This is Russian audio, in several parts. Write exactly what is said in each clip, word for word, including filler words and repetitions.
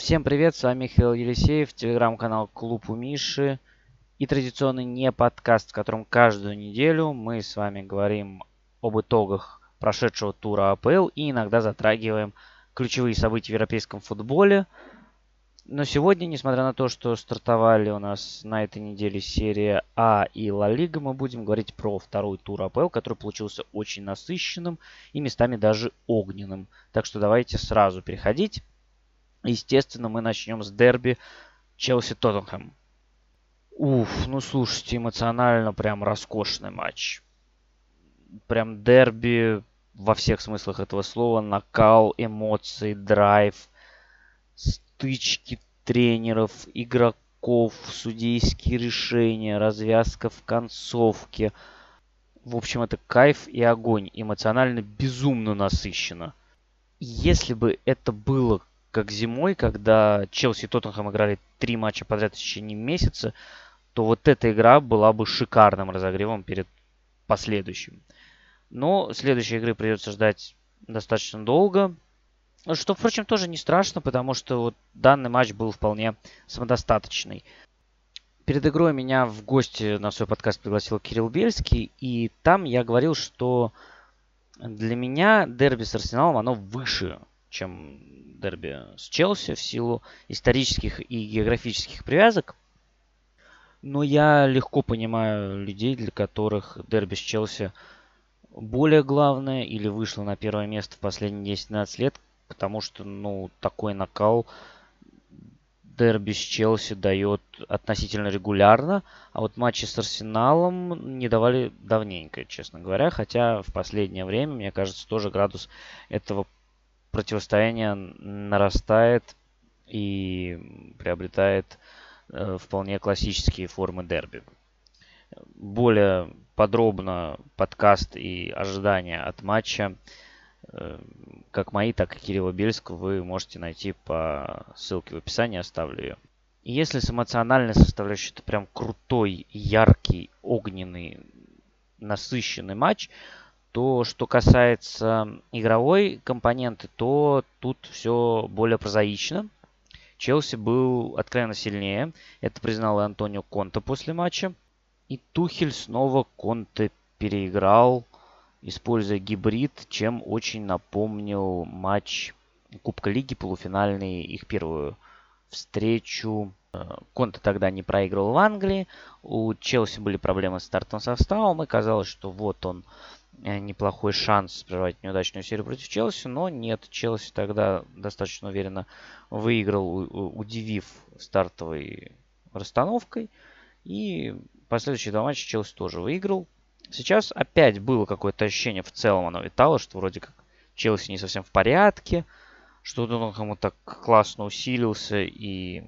Всем привет, с вами Михаил Елисеев, телеграм-канал Клуб у Миши и традиционный не подкаст, в котором каждую неделю мы с вами говорим об итогах прошедшего тура АПЛ и иногда затрагиваем ключевые события в европейском футболе. Но сегодня, несмотря на то, что стартовали у нас на этой неделе серия А и Ла Лига, мы будем говорить про второй тур АПЛ, который получился очень насыщенным и местами даже огненным. Так что давайте сразу переходить. Естественно, мы начнем с дерби Челси-Тоттенхэм. Уф, ну слушайте, эмоционально прям роскошный матч. Прям дерби во всех смыслах этого слова. Накал, эмоции, драйв, стычки тренеров, игроков, судейские решения, развязка в концовке. В общем, это кайф и огонь. Эмоционально безумно насыщенно. Если бы это было как зимой, когда Челси и Тоттенхэм играли три матча подряд в течение месяца, то вот эта игра была бы шикарным разогревом перед последующим. Но следующей игры придется ждать достаточно долго. Что, впрочем, тоже не страшно, потому что вот данный матч был вполне самодостаточный. Перед игрой меня в гости на свой подкаст пригласил Кирилл Бельский, и там я говорил, что для меня дерби с Арсеналом, оно выше, чем дерби с Челси в силу исторических и географических привязок. Но я легко понимаю людей, для которых дерби с Челси более главное или вышло на первое место в последние десять-двенадцать лет, потому что, ну, такой накал дерби с Челси дает относительно регулярно, а вот матчи с Арсеналом не давали давненько, честно говоря, хотя в последнее время, мне кажется, тоже градус этого противостояние нарастает и приобретает э, вполне классические формы дерби. Более подробно подкаст и ожидания от матча, э, как мои, так и Кирилла Бельского, вы можете найти по ссылке в описании, оставлю ее. И если с эмоциональной составляющей это прям крутой, яркий, огненный, насыщенный матч, то, что касается игровой компоненты, то тут все более прозаично. Челси был откровенно сильнее. Это признал и Антонио Конте после матча. И Тухель снова Конте переиграл, используя гибрид, чем очень напомнил матч Кубка Лиги, полуфинальный, их первую встречу. Конте тогда не проигрывал в Англии. У Челси были проблемы с стартовым составом. И казалось, что вот он, неплохой шанс прервать неудачную серию против Челси, но нет, Челси тогда достаточно уверенно выиграл, удивив стартовой расстановкой, и последующие два матча Челси тоже выиграл. Сейчас опять было какое-то ощущение, в целом оно витало, что вроде как Челси не совсем в порядке, что Тоттенхэм так классно усилился и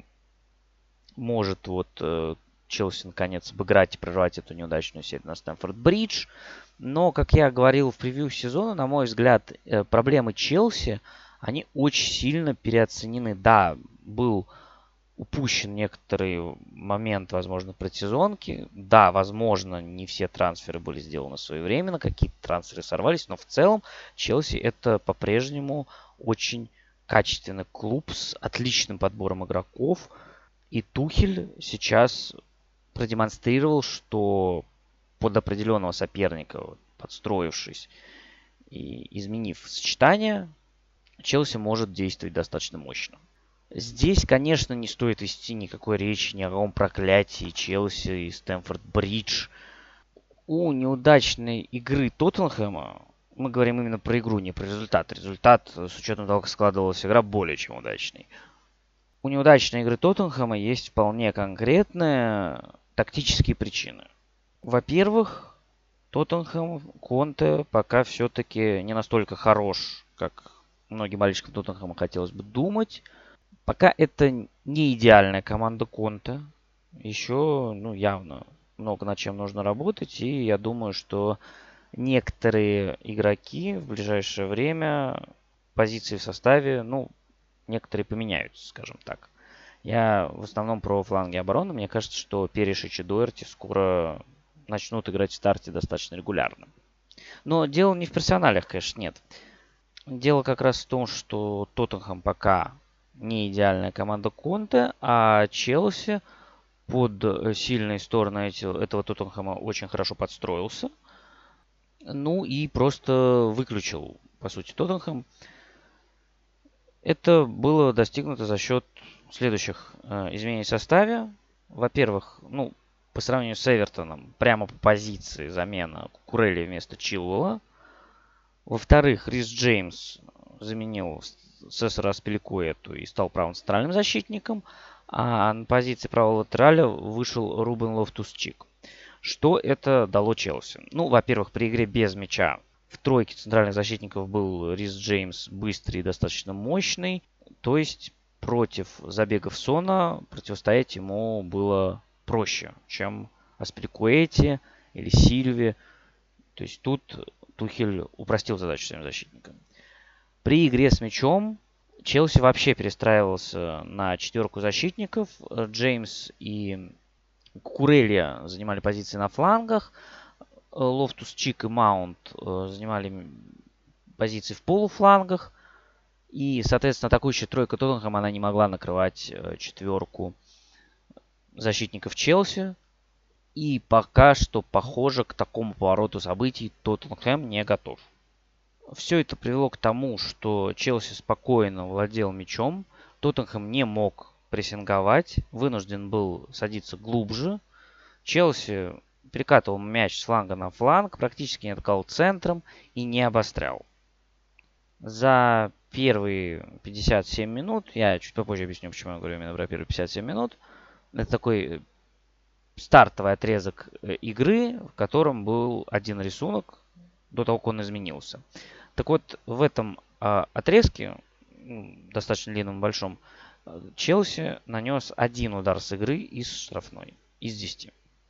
может вот Челси наконец обыграть и прервать эту неудачную серию на Стэмфорд-Бридж. Но, как я говорил в превью сезона, на мой взгляд, проблемы Челси, они очень сильно переоценены. Да, был упущен некоторый момент, возможно, предсезонки. Да, возможно, не все трансферы были сделаны своевременно, какие-то трансферы сорвались, но в целом Челси это по-прежнему очень качественный клуб с отличным подбором игроков. И Тухель сейчас продемонстрировал, что под определенного соперника, подстроившись и изменив сочетание, Челси может действовать достаточно мощно. Здесь, конечно, не стоит вести никакой речи ни о каком проклятии Челси и Стэмфорд-Бридж. У неудачной игры Тоттенхэма, мы говорим именно про игру, не про результат. Результат, с учетом того, как складывалась игра, более чем удачный. У неудачной игры Тоттенхэма есть вполне конкретные тактические причины. Во-первых, Тоттенхэм, Конте пока все-таки не настолько хорош, как многим болельщикам Тоттенхэма хотелось бы думать. Пока это не идеальная команда Конте. Еще, ну, явно много над чем нужно работать. И я думаю, что некоторые игроки в ближайшее время позиции в составе, ну, некоторые поменяются, скажем так. Я в основном про фланги обороны. Мне кажется, что Перишич и Дуэрти скоро начнут играть в старте достаточно регулярно. Но дело не в персоналях, конечно, нет. Дело как раз в том, что Тоттенхэм пока не идеальная команда Конте, а Челси под сильные стороны этого Тоттенхэма очень хорошо подстроился. Ну и просто выключил, по сути, Тоттенхэм. Это было достигнуто за счет следующих э, изменений в составе. Во-первых, ну, по сравнению с Эвертоном, прямо по позиции замена Кукурелли вместо Чилвелла. Во-вторых, Рис Джеймс заменил Сесара Аспиликуэту и стал правым центральным защитником. А на позиции правого латераля вышел Рубен Лофтус-Чик. Что это дало Челси? Ну, во-первых, при игре без мяча в тройке центральных защитников был Рис Джеймс быстрый и достаточно мощный. То есть против забегов Сона противостоять ему было проще, чем Аспиликуэте или Сильве. То есть тут Тухель упростил задачу своим защитникам. При игре с мячом Челси вообще перестраивался на четверку защитников. Джеймс и Кукурелья занимали позиции на флангах. Лофтус, Чик и Маунт занимали позиции в полуфлангах. И, соответственно, атакующая тройка Тоттенхэма, она не могла накрывать четверку защитников Челси. И пока что, похоже, к такому повороту событий Тоттенхэм не готов. Все это привело к тому, что Челси спокойно владел мячом. Тоттенхэм не мог прессинговать, вынужден был садиться глубже. Челси перекатывал мяч с фланга на фланг, практически не атаковал центром и не обострял. За первые пятьдесят семь минут, я чуть попозже объясню, почему я говорю именно про первые пятьдесят семь минут, это такой стартовый отрезок игры, в котором был один рисунок до того, как он изменился. Так вот, в этом а, отрезке, достаточно длинном, большом, Челси нанес один удар с игры из штрафной, из десяти.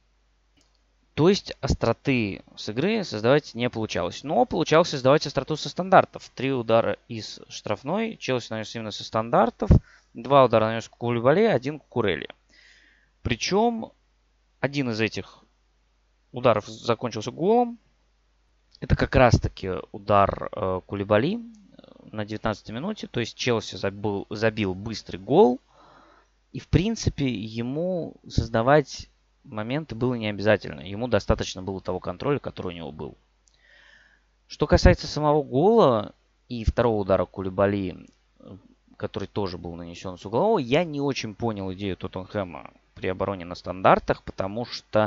То есть остроты с игры создавать не получалось. Но получалось создавать остроту со стандартов. Три удара из штрафной Челси нанес именно со стандартов. Два удара нанес Кулибали, один Кукурелли. Причем один из этих ударов закончился голом. Это как раз-таки удар э, Кулибали на девятнадцатой минуте. То есть Челси забил, забил быстрый гол. И в принципе ему создавать моменты было не обязательно. Ему достаточно было того контроля, который у него был. Что касается самого гола и второго удара Кулибали, который тоже был нанесен с углового, я не очень понял идею Тоттенхэма при обороне на стандартах, потому что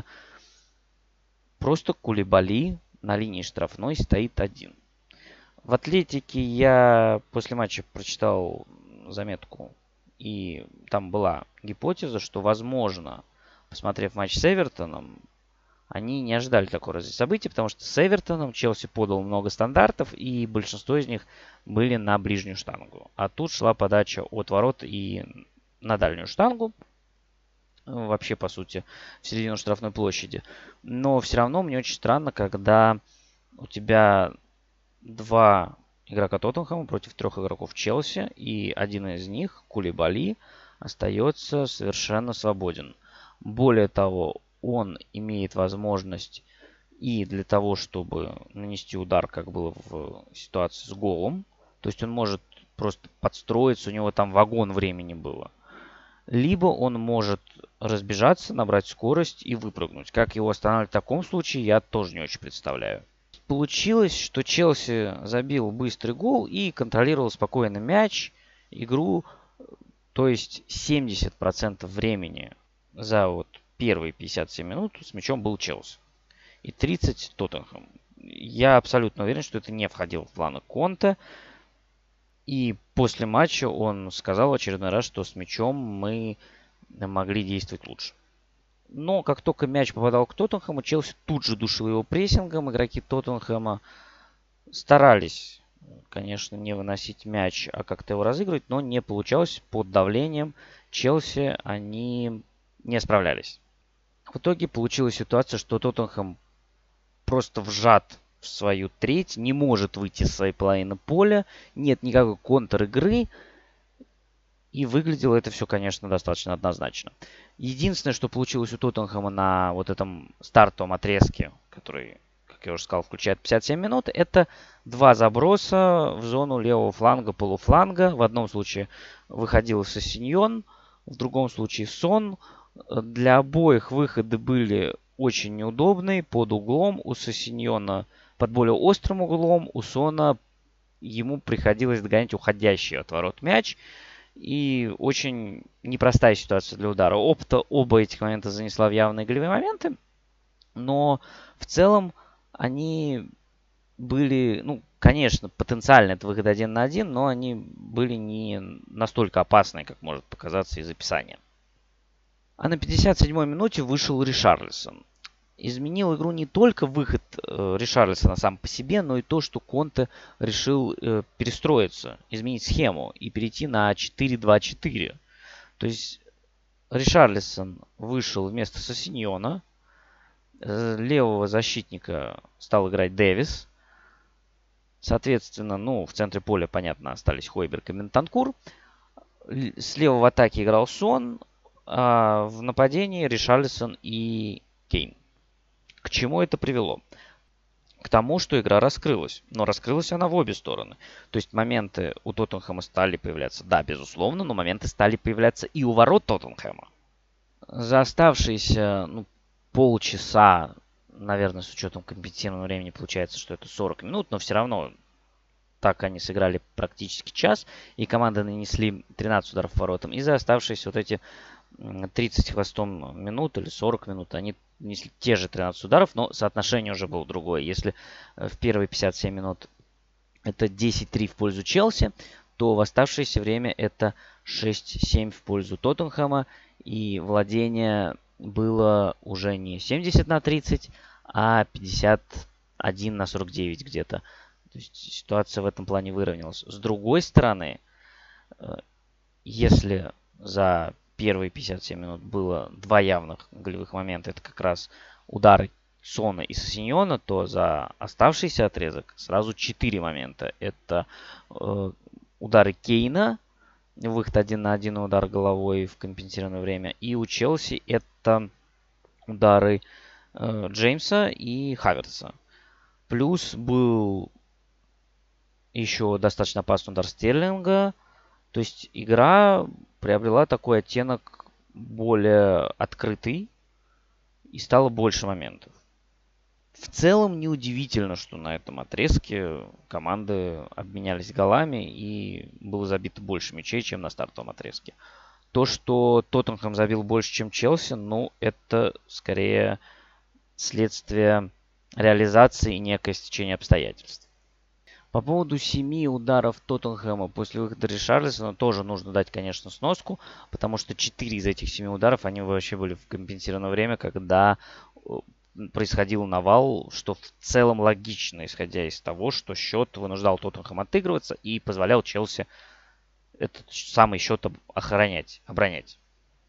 просто Кулибали на линии штрафной стоит один. В Атлетике я после матча прочитал заметку, и там была гипотеза, что, возможно, посмотрев матч с Эвертоном, они не ожидали такого развития событий, потому что с Эвертоном Челси подал много стандартов, и большинство из них были на ближнюю штангу. А тут шла подача от ворот и на дальнюю штангу. Вообще, по сути, в середину штрафной площади. Но все равно мне очень странно, когда у тебя два игрока Тоттенхэма против трех игроков Челси, и один из них, Кулибали, остается совершенно свободен. Более того, он имеет возможность и для того, чтобы нанести удар, как было в ситуации с голом. То есть он может просто подстроиться, у него там вагон времени было. Либо он может разбежаться, набрать скорость и выпрыгнуть. Как его останавливать в таком случае, я тоже не очень представляю. Получилось, что Челси забил быстрый гол и контролировал спокойно мяч, игру. То есть семьдесят процентов времени за вот первые пятьдесят семь минут с мячом был Челси. И тридцать Тоттенхэм. Я абсолютно уверен, что это не входило в планы Конте. И после матча он сказал в очередной раз, что с мячом мы могли действовать лучше. Но как только мяч попадал к Тоттенхэму, Челси тут же душил его прессингом. Игроки Тоттенхэма старались, конечно, не выносить мяч, а как-то его разыгрывать, но не получалось. Под давлением Челси они не справлялись. В итоге получилась ситуация, что Тоттенхэм просто вжат в свою треть, не может выйти с своей половины поля, нет никакой контр-игры. И выглядело это все, конечно, достаточно однозначно. Единственное, что получилось у Тоттенхэма на вот этом стартовом отрезке, который, как я уже сказал, включает пятьдесят семь минут. Это два заброса в зону левого фланга, полуфланга. В одном случае выходил Сосиньон, в другом случае Сон. Для обоих выходы были очень неудобные, под углом. У Сосиньона под более острым углом, у Сона ему приходилось догонять уходящий от ворот мяч. И очень непростая ситуация для удара. Опта оба этих момента занесла в явные голевые моменты. Но в целом они были, ну, конечно, потенциально это выход один на один, но они были не настолько опасные, как может показаться из описания. А на пятьдесят седьмой минуте вышел Ришарлисон. Изменил игру не только выход э, Ришарлисона сам по себе, но и то, что Конте решил э, перестроиться, изменить схему и перейти на четыре два четыре. То есть Ришарлисон вышел вместо Сосиньона, э, левого защитника стал играть Дэвис. Соответственно, ну, в центре поля, понятно, остались Хойберг и Бентанкур. Слева в атаке играл Сон, а в нападении Ришарлисон и Кейн. К чему это привело? К тому, что игра раскрылась. Но раскрылась она в обе стороны. То есть моменты у Тоттенхэма стали появляться, да, безусловно, но моменты стали появляться и у ворот Тоттенхэма. За оставшиеся ну, полчаса, наверное, с учетом компенсированного времени, получается, что это сорок минут, но все равно так они сыграли практически час, и команды нанесли тринадцать ударов по воротам. И за оставшиеся вот эти тридцать хвостом минут или сорок минут они несли те же тринадцать ударов, но соотношение уже было другое. Если в первые пятьдесят семь минут это десять три в пользу Челси, то в оставшееся время это шесть семь в пользу Тоттенхэма. И владение было уже не семьдесят на тридцать, а пятьдесят один на сорок девять где-то. То есть ситуация в этом плане выровнялась. С другой стороны, если за первые пятьдесят семь минут было два явных голевых момента, это как раз удары Сона и Сосиньона, то за оставшийся отрезок сразу четыре момента. Это э, удары Кейна, выход один на один, удар головой в компенсированное время. И у Челси это удары э, Джеймса и Хаверса. Плюс был еще достаточно опасный удар Стерлинга. То есть игра приобрела такой оттенок более открытый и стало больше моментов. В целом неудивительно, что на этом отрезке команды обменялись голами и было забито больше мячей, чем на стартовом отрезке. То, что Тоттенхэм забил больше, чем Челси, ну, это скорее следствие реализации и некое стечение обстоятельств. По поводу семи ударов Тоттенхэма после выхода Ришарлисона тоже нужно дать, конечно, сноску, потому что четыре из этих семи ударов, они вообще были в компенсированное время, когда происходил навал, что в целом логично, исходя из того, что счет вынуждал Тоттенхэм отыгрываться и позволял Челси этот самый счет охранять, оборонять.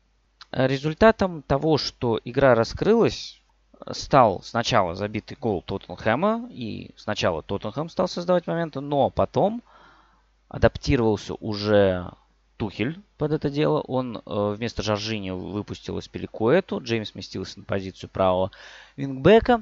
Результатом того, что игра раскрылась, стал сначала забитый гол Тоттенхэма, и сначала Тоттенхэм стал создавать моменты, но потом адаптировался уже Тухель под это дело. Он э, вместо Жоржиньо выпустил Аспиликуэту, Джеймс сместился на позицию правого вингбека,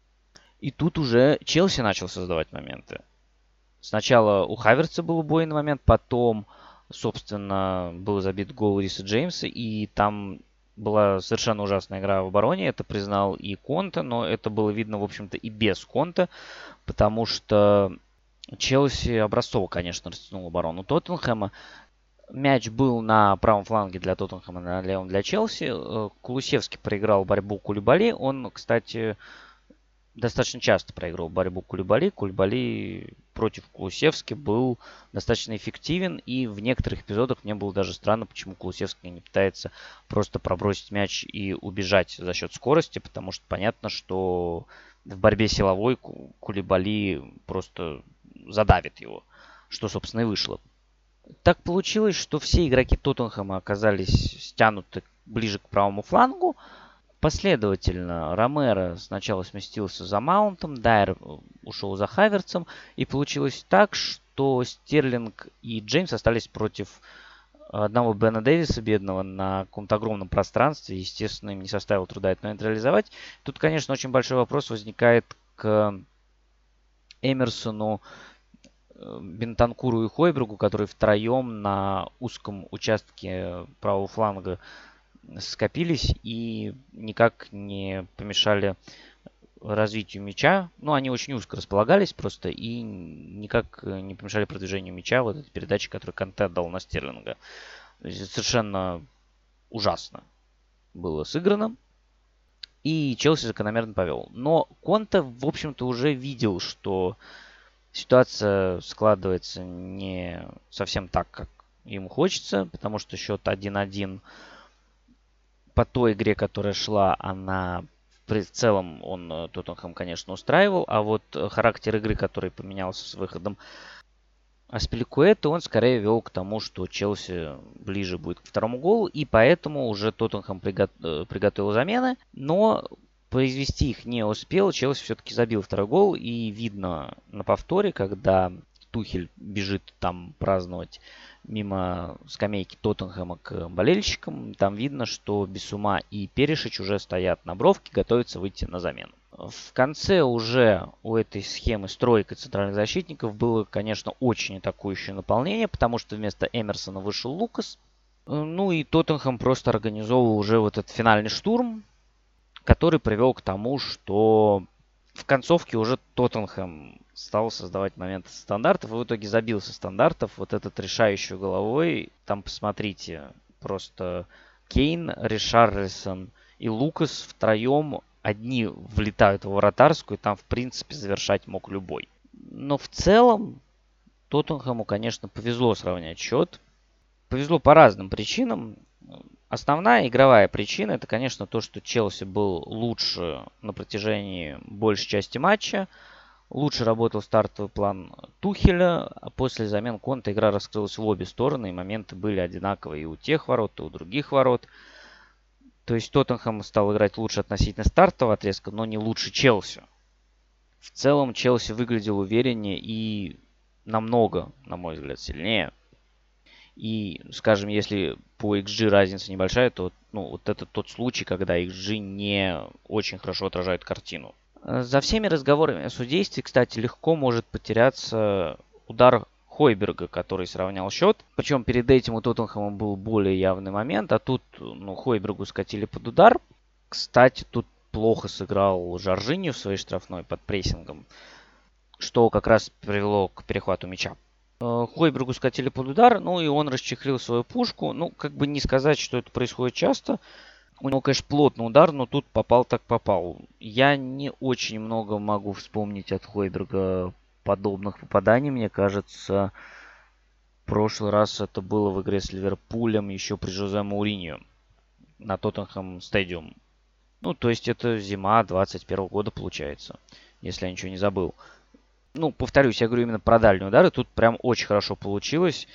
и тут уже Челси начал создавать моменты. Сначала у Хаверца был убойный момент, потом, собственно, был забит гол Риса Джеймса, и там была совершенно ужасная игра в обороне, это признал и Конте, но это было видно, в общем-то, и без Конте, потому что Челси образцово, конечно, растянул оборону Тоттенхэма. Мяч был на правом фланге для Тоттенхэма, на левом для Челси. Кулусевский проиграл борьбу Кулибали. Он, кстати, достаточно часто проиграл борьбу Кулибали. Кулибали против Кулусевски был достаточно эффективен. И в некоторых эпизодах мне было даже странно, почему Кулусевский не пытается просто пробросить мяч и убежать за счет скорости. Потому что понятно, что в борьбе силовой Кулибали просто задавит его. Что, собственно, и вышло. Так получилось, что все игроки Тоттенхэма оказались стянуты ближе к правому флангу. Последовательно Ромеро сначала сместился за Маунтом, Дайер ушел за Хаверцем. И получилось так, что Стерлинг и Джеймс остались против одного Бена Дэвиса, бедного, на каком-то огромном пространстве. Естественно, им не составило труда это нейтрализовать. Тут, конечно, очень большой вопрос возникает, к Эмерсону, Бентанкуру и Хойбергу, которые втроем на узком участке правого фланга скопились и никак не помешали развитию мяча. Ну, они очень узко располагались просто и никак не помешали продвижению мяча. Вот эта передача, которую Канте отдал на Стерлинга. То есть совершенно ужасно было сыграно. И Челси закономерно повел. Но Конте, в общем-то, уже видел, что ситуация складывается не совсем так, как ему хочется, потому что счет один-один по той игре, которая шла, она в целом он Тоттенхэм, конечно, устраивал, а вот характер игры, который поменялся с выходом Аспиликуэта, он скорее вел к тому, что Челси ближе будет к второму голу, и поэтому уже Тоттенхэм приго- приготовил замены, но произвести их не успел. Челси все-таки забил второй гол, и видно на повторе, когда Тухель бежит там праздновать мимо скамейки Тоттенхэма к болельщикам, там видно, что Бисума и Перишич уже стоят на бровке, готовятся выйти на замену. В конце уже у этой схемы с тройкой центральных защитников было, конечно, очень атакующее наполнение, потому что вместо Эмерсона вышел Лукас. Ну и Тоттенхэм просто организовывал уже вот этот финальный штурм, который привел к тому, что в концовке уже Тоттенхэм стал создавать моменты со стандартов и в итоге забил со стандартов. Вот этот решающий головой, там посмотрите, просто Кейн, Ришарлисон и Лукас втроем одни влетают в вратарскую, и там, в принципе, завершать мог любой. Но в целом Тоттенхэму, конечно, повезло сравнять счет. Повезло по разным причинам. Основная игровая причина — это, конечно, то, что Челси был лучше на протяжении большей части матча. Лучше работал стартовый план Тухеля, а после замен Конте игра раскрылась в обе стороны, и моменты были одинаковые и у тех ворот, и у других ворот. То есть Тоттенхэм стал играть лучше относительно стартового отрезка, но не лучше Челси. В целом Челси выглядел увереннее и намного, на мой взгляд, сильнее. И, скажем, если по икс джи разница небольшая, то ну, вот это тот случай, когда икс джи не очень хорошо отражает картину. За всеми разговорами о судействе, кстати, легко может потеряться удар Хойберга, который сравнял счет. Причем перед этим у Тоттенхэма был более явный момент, а тут ну, Хойбергу скатили под удар. Кстати, тут плохо сыграл Жоржиньо в своей штрафной под прессингом, что как раз привело к перехвату мяча. Хойбергу скатили под удар, ну и он расчехлил свою пушку. Ну, как бы не сказать, что это происходит часто. У него, конечно, плотный удар, но тут попал так попал. Я не очень много могу вспомнить от Хойберга подобных попаданий. Мне кажется, в прошлый раз это было в игре с Ливерпулем еще при Жозе Мауриньо на Тоттенхэм Стадиум. Ну, то есть это зима двадцать первого года получается, если я ничего не забыл. Ну, повторюсь, я говорю именно про дальние удары. Тут прям очень хорошо получилось.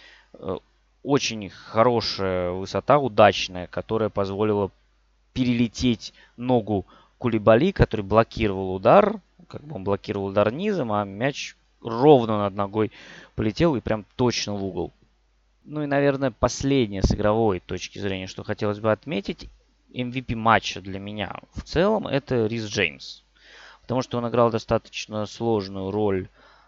Очень хорошая высота, удачная, которая позволила перелететь ногу Кулибали, который блокировал удар. Как бы он блокировал удар низом, а мяч ровно над ногой полетел и прям точно в угол. Ну и, наверное, последнее с игровой точки зрения, что хотелось бы отметить. эм ви пи матча для меня в целом это Рис Джеймс. Потому что он играл достаточно сложную роль.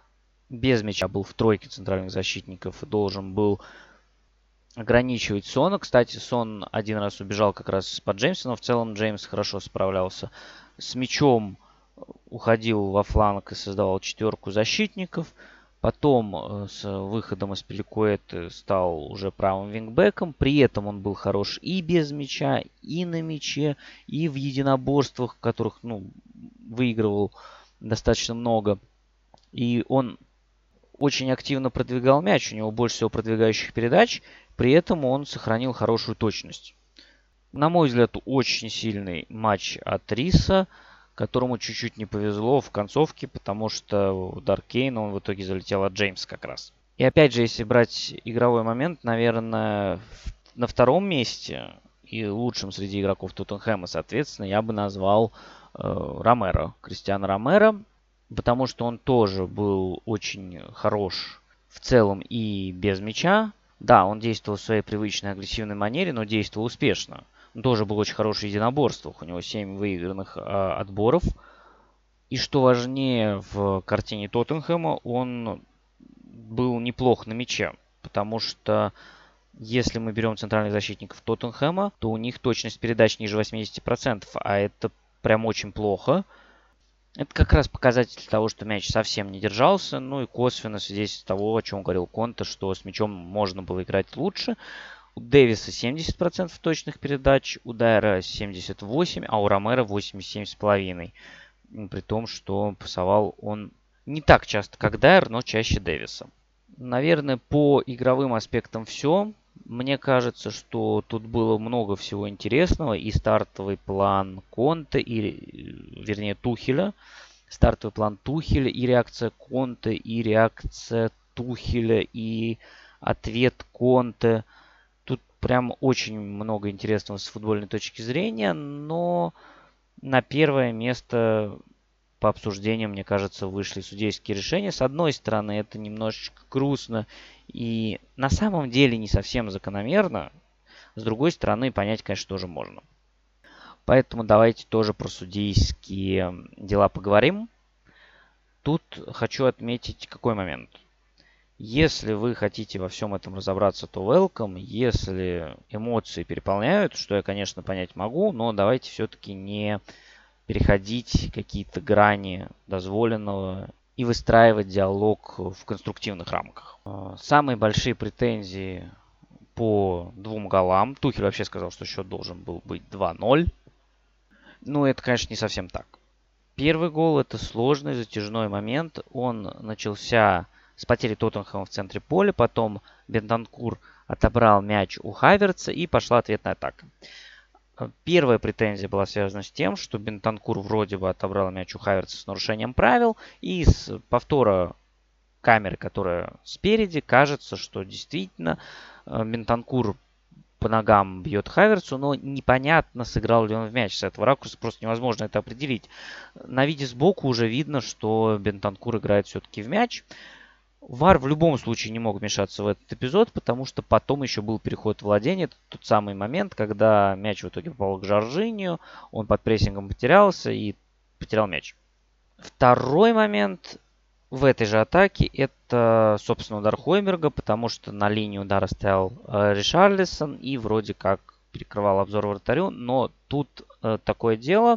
Без мяча был в тройке центральных защитников и должен был ограничивать Сона. Кстати, Сон один раз убежал как раз под Джеймса, но в целом Джеймс хорошо справлялся. С мячом уходил во фланг и создавал четверку защитников. Потом с выходом из Аспиликуэты стал уже правым вингбеком. При этом он был хорош и без мяча, и на мяче, и в единоборствах, в которых ну, выигрывал достаточно много. И он очень активно продвигал мяч. У него больше всего продвигающих передач. При этом он сохранил хорошую точность. На мой взгляд, очень сильный матч от Риса, которому чуть-чуть не повезло в концовке, потому что удар Кейна он в итоге залетел от Джеймса как раз. И опять же, если брать игровой момент, наверное, на втором месте и лучшим среди игроков Тоттенхэма, соответственно, я бы назвал э, Ромеро, Кристиано Ромеро, потому что он тоже был очень хорош в целом и без мяча. Да, он действовал в своей привычной агрессивной манере, но действовал успешно. Он тоже был очень хороший в единоборствах. У него семь выигранных э, отборов. И что важнее, в картине Тоттенхэма он был неплох на мяче. Потому что если мы берем центральных защитников Тоттенхэма, то у них точность передач ниже восемьдесят процентов, а это прям очень плохо. Это как раз показатель того, что мяч совсем не держался, ну и косвенно свидетельство того, о чем говорил Конте, что с мячом можно было играть лучше. У Дэвиса семьдесят процентов точных передач, у Дайера семьдесят восемь процентов, а у Ромеро восемьдесят семь целых пять десятых процента. При том, что пасовал он не так часто, как Дайер, но чаще Дэвиса. Наверное, по игровым аспектам все. Мне кажется, что тут было много всего интересного. И стартовый план Конте, и, вернее, Тухеля. Стартовый план Тухеля, и реакция Конте, и реакция Тухеля, и ответ Конте. Тут прям очень много интересного с футбольной точки зрения. Но на первое место по обсуждениям, мне кажется, вышли судейские решения. С одной стороны, это немножечко грустно и на самом деле не совсем закономерно. С другой стороны, понять, конечно, тоже можно. Поэтому давайте тоже про судейские дела поговорим. Тут хочу отметить какой момент. Если вы хотите во всем этом разобраться, то welcome. Если эмоции переполняют, что я, конечно, понять могу, но давайте все-таки не переходить какие-то грани дозволенного и выстраивать диалог в конструктивных рамках. Самые большие претензии по двум голам. Тухель вообще сказал, что счет должен был быть два ноль. Ну, это, конечно, не совсем так. Первый гол – это сложный затяжной момент. Он начался с потери Тоттенхэма в центре поля. Потом Бентанкур отобрал мяч у Хаверца и пошла ответная атака. Первая претензия была связана с тем, что Бентанкур вроде бы отобрал мяч у Хаверца с нарушением правил. И с повтора камеры, которая спереди, кажется, что действительно Бентанкур по ногам бьет Хаверцу, но непонятно, сыграл ли он в мяч. С этого ракурса просто невозможно это определить. На виде сбоку уже видно, что Бентанкур играет все-таки в мяч. ВАР в любом случае не мог вмешаться в этот эпизод, потому что потом еще был переход владения. Это тот самый момент, когда мяч в итоге попал к Жоржинью, он под прессингом потерялся и потерял мяч. Второй момент в этой же атаке – это, собственно, удар Хойберга, потому что на линии удара стоял э, Ришарлисон и вроде как перекрывал обзор вратарю, но тут э, такое дело.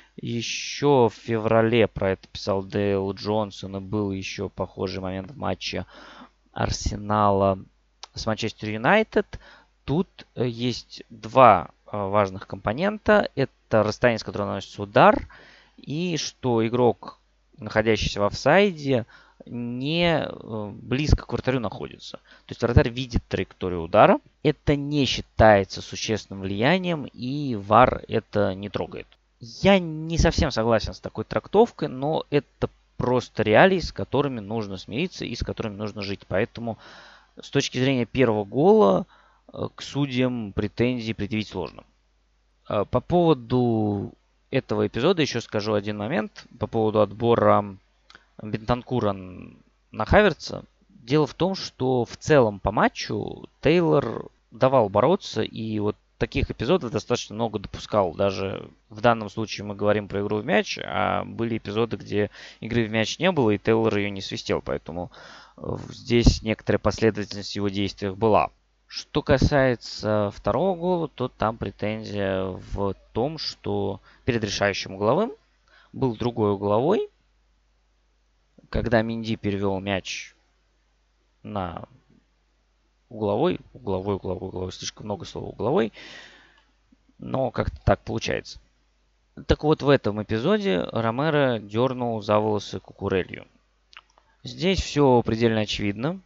Еще в феврале про это писал Дейл Джонсон, и был еще похожий момент в матче Арсенала с Манчестер Юнайтед. Тут есть два важных компонента. Это расстояние, с которого наносится удар, и что игрок, находящийся в офсайде, не близко к вратарю находится. То есть вратарь видит траекторию удара. Это не считается существенным влиянием, и ВАР это не трогает. Я не совсем согласен с такой трактовкой, но это просто реалии, с которыми нужно смириться и с которыми нужно жить. Поэтому с точки зрения первого гола к судьям претензий предъявить сложно. По поводу этого эпизода еще скажу один момент. По поводу отбора Бентанкура на Хаверца. Дело в том, что в целом по матчу Тейлор давал бороться, и вот таких эпизодов достаточно много допускал. Даже в данном случае мы говорим про игру в мяч, а были эпизоды, где игры в мяч не было, и Тейлор ее не свистел. Поэтому здесь некоторая последовательность в его действиях была. Что касается второго гола, то там претензия в том, что перед решающим угловым был другой угловой. Когда Менди перевел мяч на угловой, угловой, угловой, угловой, слишком много слова угловой, но как-то так получается. Так вот, в этом эпизоде Ромеро дернул за волосы Кукурелью. Здесь все предельно очевидно.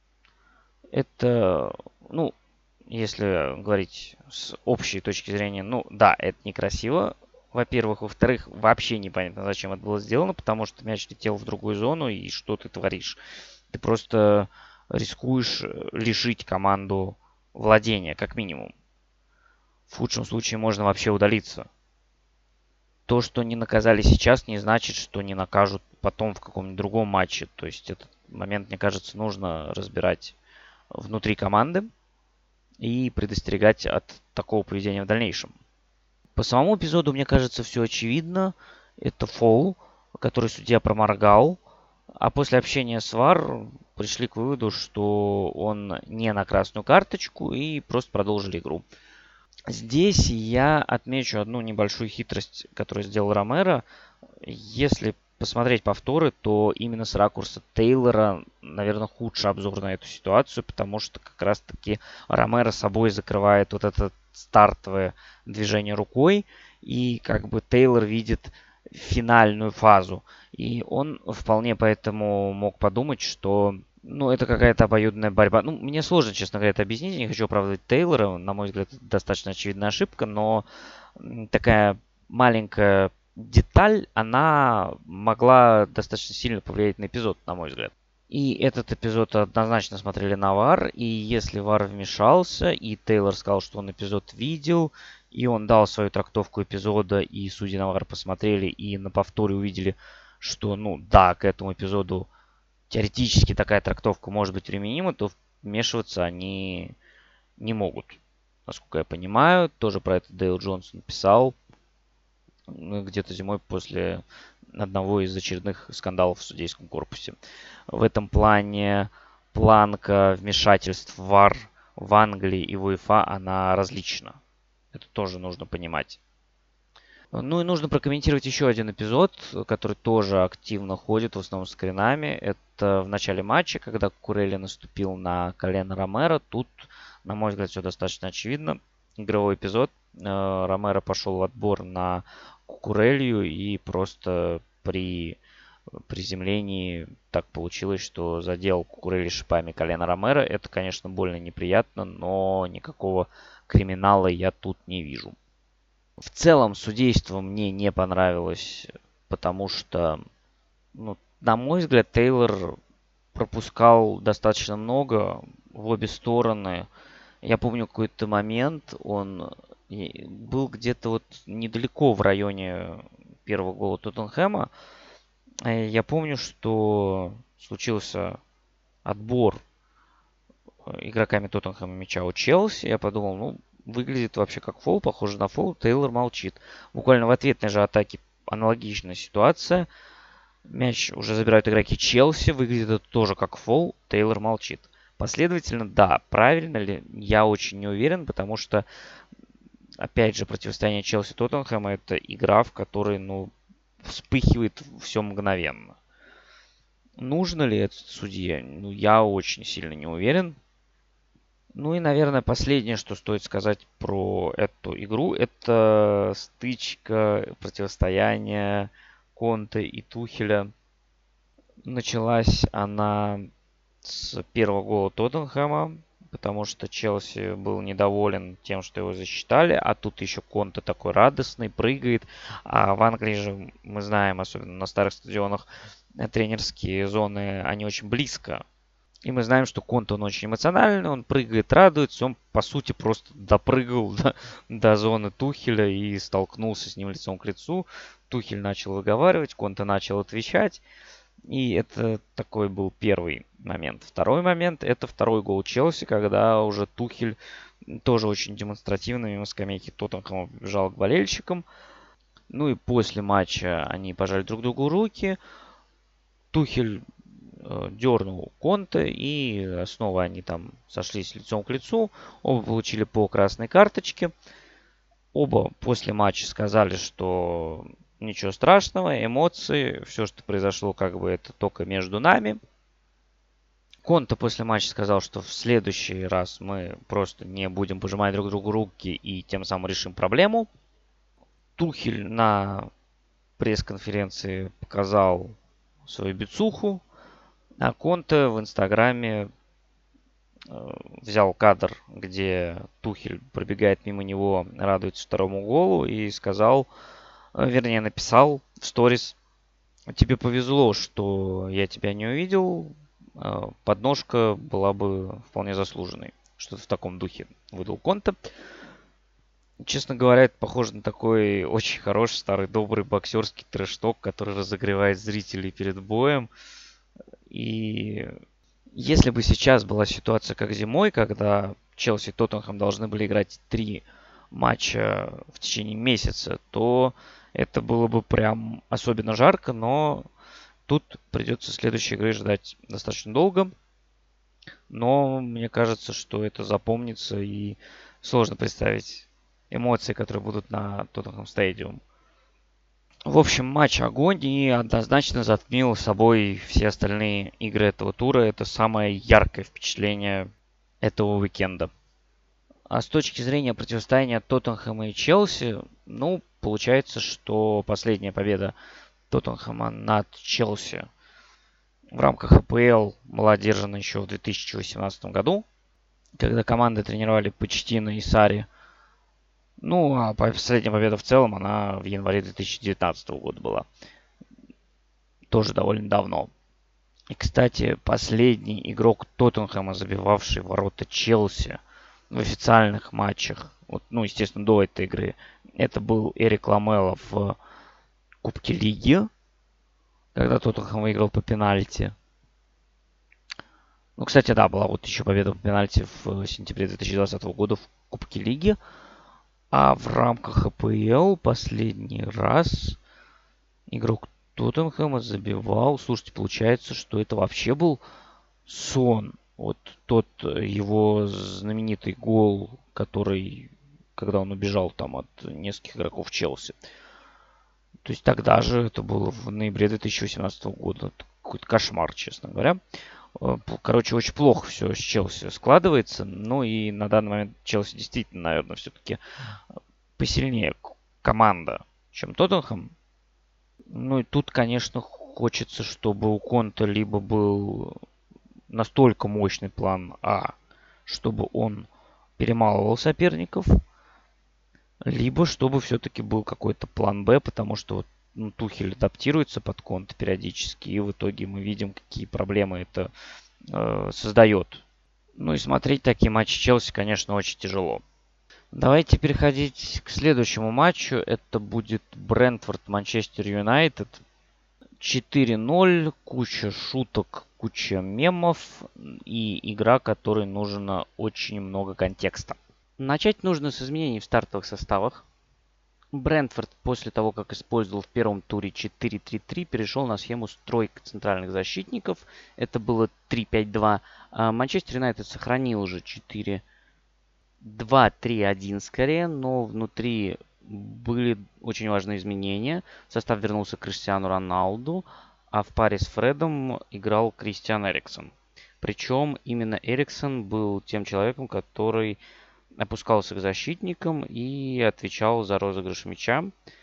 Это, ну, если говорить с общей точки зрения, ну, да, это некрасиво. Во-первых. Во-вторых, вообще непонятно, зачем это было сделано, потому что мяч летел в другую зону, и что ты творишь? Ты просто рискуешь лишить команду владения, как минимум. В худшем случае можно вообще удалиться. То, что не наказали сейчас, не значит, что не накажут потом в каком-нибудь другом матче. То есть этот момент, мне кажется, нужно разбирать внутри команды и предостерегать от такого поведения в дальнейшем. По самому эпизоду, мне кажется, все очевидно. Это фол. который судья проморгал. А после общения с ВАР пришли к выводу, что он не на красную карточку и просто продолжили игру. Здесь я отмечу одну небольшую хитрость, которую сделал Ромеро. Если посмотреть повторы, то именно с ракурса Тейлора, наверное, худший обзор на эту ситуацию, потому что как раз-таки Ромеро собой закрывает вот это стартовое движение рукой, и как бы Тейлор видит финальную фазу. И он вполне поэтому мог подумать, что ну, это какая-то обоюдная борьба. Ну, мне сложно, честно говоря, это объяснить. Не хочу оправдывать Тейлора. На мой взгляд, это достаточно очевидная ошибка, но такая маленькая деталь, она могла достаточно сильно повлиять на эпизод, на мой взгляд. И этот эпизод однозначно смотрели на ВАР, и если ВАР вмешался, и Тейлор сказал, что он эпизод видел, и он дал свою трактовку эпизода, и судьи на ВАР посмотрели, и на повторе увидели, что, ну, да, к этому эпизоду теоретически такая трактовка может быть применима, то вмешиваться они не могут. Насколько я понимаю, тоже про это Дейл Джонсон писал где-то зимой после одного из очередных скандалов в судейском корпусе. В этом плане планка вмешательств в ВАР в Англии и в УЕФА, она различна. Это тоже нужно понимать. Ну и нужно прокомментировать еще один эпизод, который тоже активно ходит, в основном с скринами. Это в начале матча, когда Кукурелли наступил на колено Ромеро. Тут, на мой взгляд, все достаточно очевидно. Игровой эпизод. Ромеро пошел в отбор на Кукурелью, и просто при приземлении так получилось, что задел Кукурелли шипами колено Ромеро. Это, конечно, больно неприятно, но никакого криминала я тут не вижу. В целом судейство мне не понравилось, потому что, ну, на мой взгляд, Тейлор пропускал достаточно много в обе стороны. Я помню какой-то момент, он был где-то вот недалеко в районе первого гола Тоттенхэма. Я помню, что случился отбор игроками Тоттенхэма мяча у Челси. Я подумал, ну, выглядит вообще как фол, похоже на фол. Тейлор молчит. Буквально в ответной же атаке аналогичная ситуация. Мяч уже забирают игроки Челси. Выглядит это тоже как фол. Тейлор молчит. Последовательно, да, правильно ли, я очень не уверен, потому что, опять же, противостояние Челси-Тоттенхэма — это игра, в которой, ну, вспыхивает все мгновенно. Нужно ли это судье? Ну, я очень сильно не уверен. Ну и, наверное, последнее, что стоит сказать про эту игру, это стычка, противостояние Конте и Тухеля. Началась она с первого гола Тоттенхэма, потому что Челси был недоволен тем, что его засчитали, а тут еще Конте такой радостный, прыгает. А в Англии же, мы знаем, особенно на старых стадионах, тренерские зоны, они очень близко. И мы знаем, что Конте, он очень эмоциональный, он прыгает, радуется. Он, по сути, просто допрыгал до, до зоны Тухеля и столкнулся с ним лицом к лицу. Тухель начал выговаривать, Конте начал отвечать. И это такой был первый момент. Второй момент — это второй гол Челси, когда уже Тухель тоже очень демонстративно мимо скамейки Тоттенхэма побежал к болельщикам. Ну и после матча они пожали друг другу руки. Тухель э, дернул Конте, и снова они там сошлись лицом к лицу. Оба получили по красной карточке. Оба после матча сказали, что ничего страшного, эмоции, все, что произошло, как бы это только между нами. Конте после матча сказал, что в следующий раз мы просто не будем пожимать друг другу руки и тем самым решим проблему. Тухель на пресс-конференции показал свою бицуху, а Конте в Инстаграме э, взял кадр, где Тухель пробегает мимо него, радуется второму голу, и сказал, вернее, написал в сторис: тебе повезло, что я тебя не увидел, подножка была бы вполне заслуженной. Что-то в таком духе выдал Конте. Честно говоря, это похоже на такой очень хороший, старый, добрый боксерский трэш-ток, который разогревает зрителей перед боем. И если бы сейчас была ситуация как зимой, когда Челси и Тоттенхэм должны были играть три матча в течение месяца, то это было бы прям особенно жарко, но тут придется следующей игры ждать достаточно долго. Но мне кажется, что это запомнится, и сложно представить эмоции, которые будут на Тоттенхэм Стадиум. В общем, матч огонь и однозначно затмил собой все остальные игры этого тура. Это самое яркое впечатление этого уикенда. А с точки зрения противостояния Тоттенхэма и Челси, ну, получается, что последняя победа Тоттенхэма над Челси в рамках АПЛ была одержана еще в две тысячи восемнадцатом году, когда команды тренировали Почтино и Сарри. Ну, а последняя победа в целом, она в январе две тысячи девятнадцатого года была. Тоже довольно давно. И, кстати, последний игрок Тоттенхэма, забивавший ворота Челси в официальных матчах, вот, ну, естественно, до этой игры, это был Эрик Ламела в Кубке Лиги, когда Тоттенхэм выиграл по пенальти. Ну, кстати, да, была вот еще победа по пенальти в сентябре две тысячи двадцатого года в Кубке Лиги. А в рамках АПЛ последний раз игрок Тоттенхэма забивал. Слушайте, получается, что это вообще был сон. Вот тот его знаменитый гол, который, когда он убежал там от нескольких игроков Челси. То есть тогда же, это было в ноябре две тысячи восемнадцатого года. Это какой-то кошмар, честно говоря. Короче, очень плохо все с Челси складывается. Ну и на данный момент Челси действительно, наверное, все-таки посильнее команда, чем Тоттенхэм. Ну и тут, конечно, хочется, чтобы у Конте либо был настолько мощный план А, чтобы он перемалывал соперников, либо чтобы все-таки был какой-то план Б, потому что вот, ну, Тухель адаптируется под Конте периодически, и в итоге мы видим, какие проблемы это э, создает. Ну и смотреть такие матчи Челси, конечно, очень тяжело. Давайте переходить к следующему матчу. Это будет Брентфорд-Манчестер Юнайтед. четыре ноль, куча шуток, куча мемов и игра, которой нужно очень много контекста. Начать нужно с изменений в стартовых составах. Брентфорд после того, как использовал в первом туре четыре три три, перешел на схему с тройкой центральных защитников. Это было три пять два. Манчестер Юнайтед сохранил уже четыре два три один скорее, но внутри были очень важные изменения. В состав вернулся Криштиану Роналду, а в паре с Фредом играл Кристиан Эриксон. Причем именно Эриксон был тем человеком, который опускался к защитникам и отвечал за розыгрыш мяча.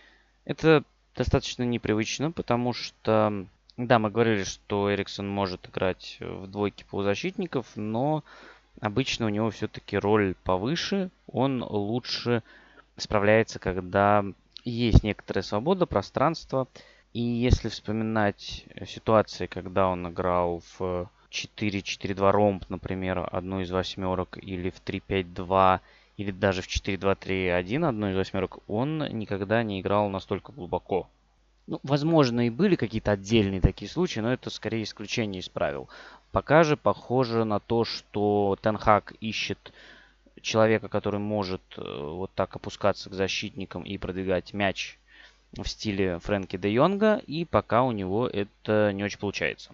Это достаточно непривычно, потому что, да, мы говорили, что Эриксон может играть в двойке полузащитников, но обычно у него все-таки роль повыше. Он лучше справляется, когда есть некоторая свобода, пространство. И если вспоминать ситуации, когда он играл в четыре четыре два ромб, например, одну из восьмерок, или в три пять два, или даже в четыре два три один, одну из восьмерок, он никогда не играл настолько глубоко. Ну, возможно, и были какие-то отдельные такие случаи, но это скорее исключение из правил. Пока же похоже на то, что Тен Хаг ищет человека, который может вот так опускаться к защитникам и продвигать мяч в стиле Фрэнки де Йонга, и пока у него это не очень получается.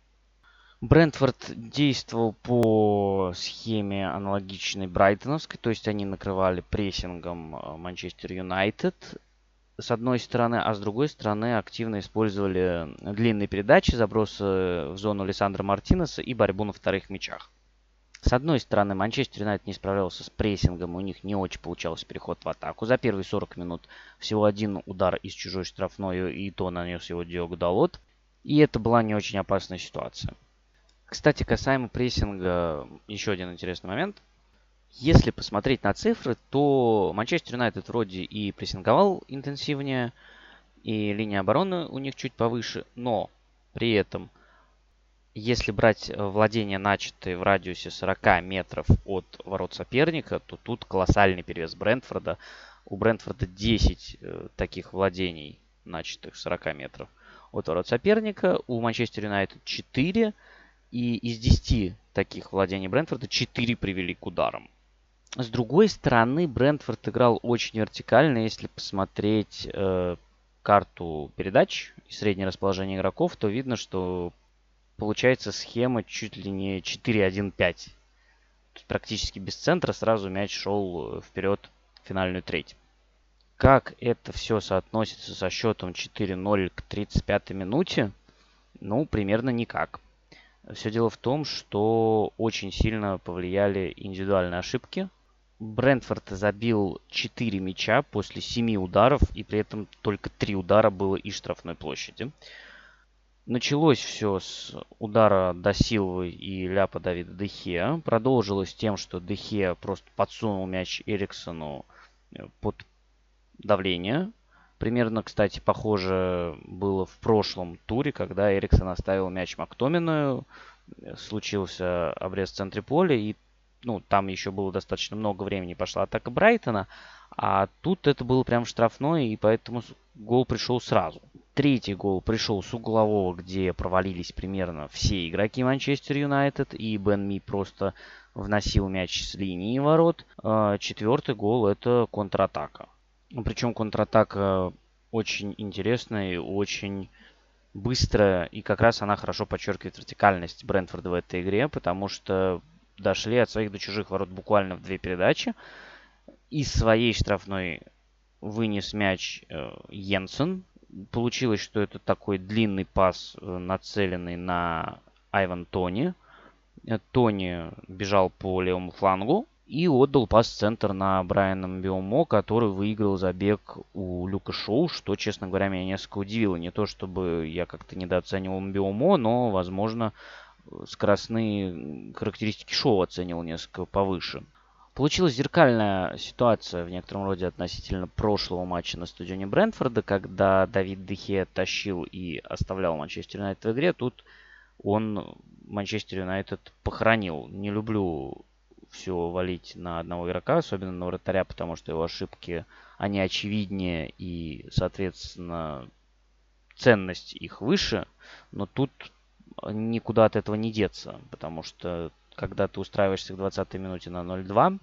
Брентфорд действовал по схеме аналогичной брайтоновской, то есть они накрывали прессингом Манчестер Юнайтед с одной стороны, а с другой стороны активно использовали длинные передачи, забросы в зону Лиссандро Мартинеса и борьбу на вторых мячах. С одной стороны, Манчестер Юнайтед не справлялся с прессингом, у них не очень получался переход в атаку. За первые сорок минут всего один удар из чужой штрафной, и то нанес его Диого Далот. И это была не очень опасная ситуация. Кстати, касаемо прессинга, еще один интересный момент. Если посмотреть на цифры, то Манчестер Юнайтед вроде и прессинговал интенсивнее, и линия обороны у них чуть повыше, но при этом, если брать владения, начатые в радиусе сорок метров от ворот соперника, то тут колоссальный перевес Брентфорда. У Брентфорда десять э, таких владений, начатых сорок метров от ворот соперника, у Манчестер Юнайтед четыре, и из десяти таких владений Брентфорда четыре привели к ударам. С другой стороны, Брентфорд играл очень вертикально. Если посмотреть э, карту передач и среднее расположение игроков, то видно, что получается схема чуть ли не четыре один пять. То есть практически без центра сразу мяч шел вперед в финальную треть. Как это все соотносится со счетом четыре ноль к тридцать пятой минуте? Ну, примерно никак. Все дело в том, что очень сильно повлияли индивидуальные ошибки. Брентфорд забил четыре мяча после семи ударов, и при этом только три удара было из штрафной площади. Началось все с удара до Силвы и ляпа Давида де Хеа. Продолжилось тем, что де Хеа просто подсунул мяч Эриксону под давление. Примерно, кстати, похоже было в прошлом туре, когда Эриксон оставил мяч Мактомину. Случился обрез в центре поля, и ну, там еще было достаточно много времени, пошла атака Брайтона. А тут это было прям штрафной, и поэтому гол пришел сразу. Третий гол пришел с углового, где провалились примерно все игроки Манчестер Юнайтед, и Бен Ми просто вносил мяч с линии ворот. Четвертый гол — это контратака. Причем контратака очень интересная и очень быстрая, и как раз она хорошо подчеркивает вертикальность Брентфорда в этой игре, потому что дошли от своих до чужих ворот буквально в две передачи. Из своей штрафной вынес мяч э, Йенсен. Получилось, что это такой длинный пас, э, нацеленный на Айван Тони. Тони бежал по левому флангу и отдал пас в центр на Брайана Мбиомо, который выиграл забег у Люка Шоу, что, честно говоря, меня несколько удивило. Не то чтобы я как-то недооценивал Мбиомо, но, возможно, скоростные характеристики Шоу оценил несколько повыше. Получилась зеркальная ситуация в некотором роде относительно прошлого матча на стадионе Брентфорда, когда Давид де Хеа тащил и оставлял Манчестер Юнайтед в игре. Тут он Манчестер Юнайтед похоронил. Не люблю все валить на одного игрока, особенно на вратаря, потому что его ошибки, они очевиднее и, соответственно, ценность их выше. Но тут никуда от этого не деться, потому что когда ты устраиваешься к двадцатой минуте на ноль два,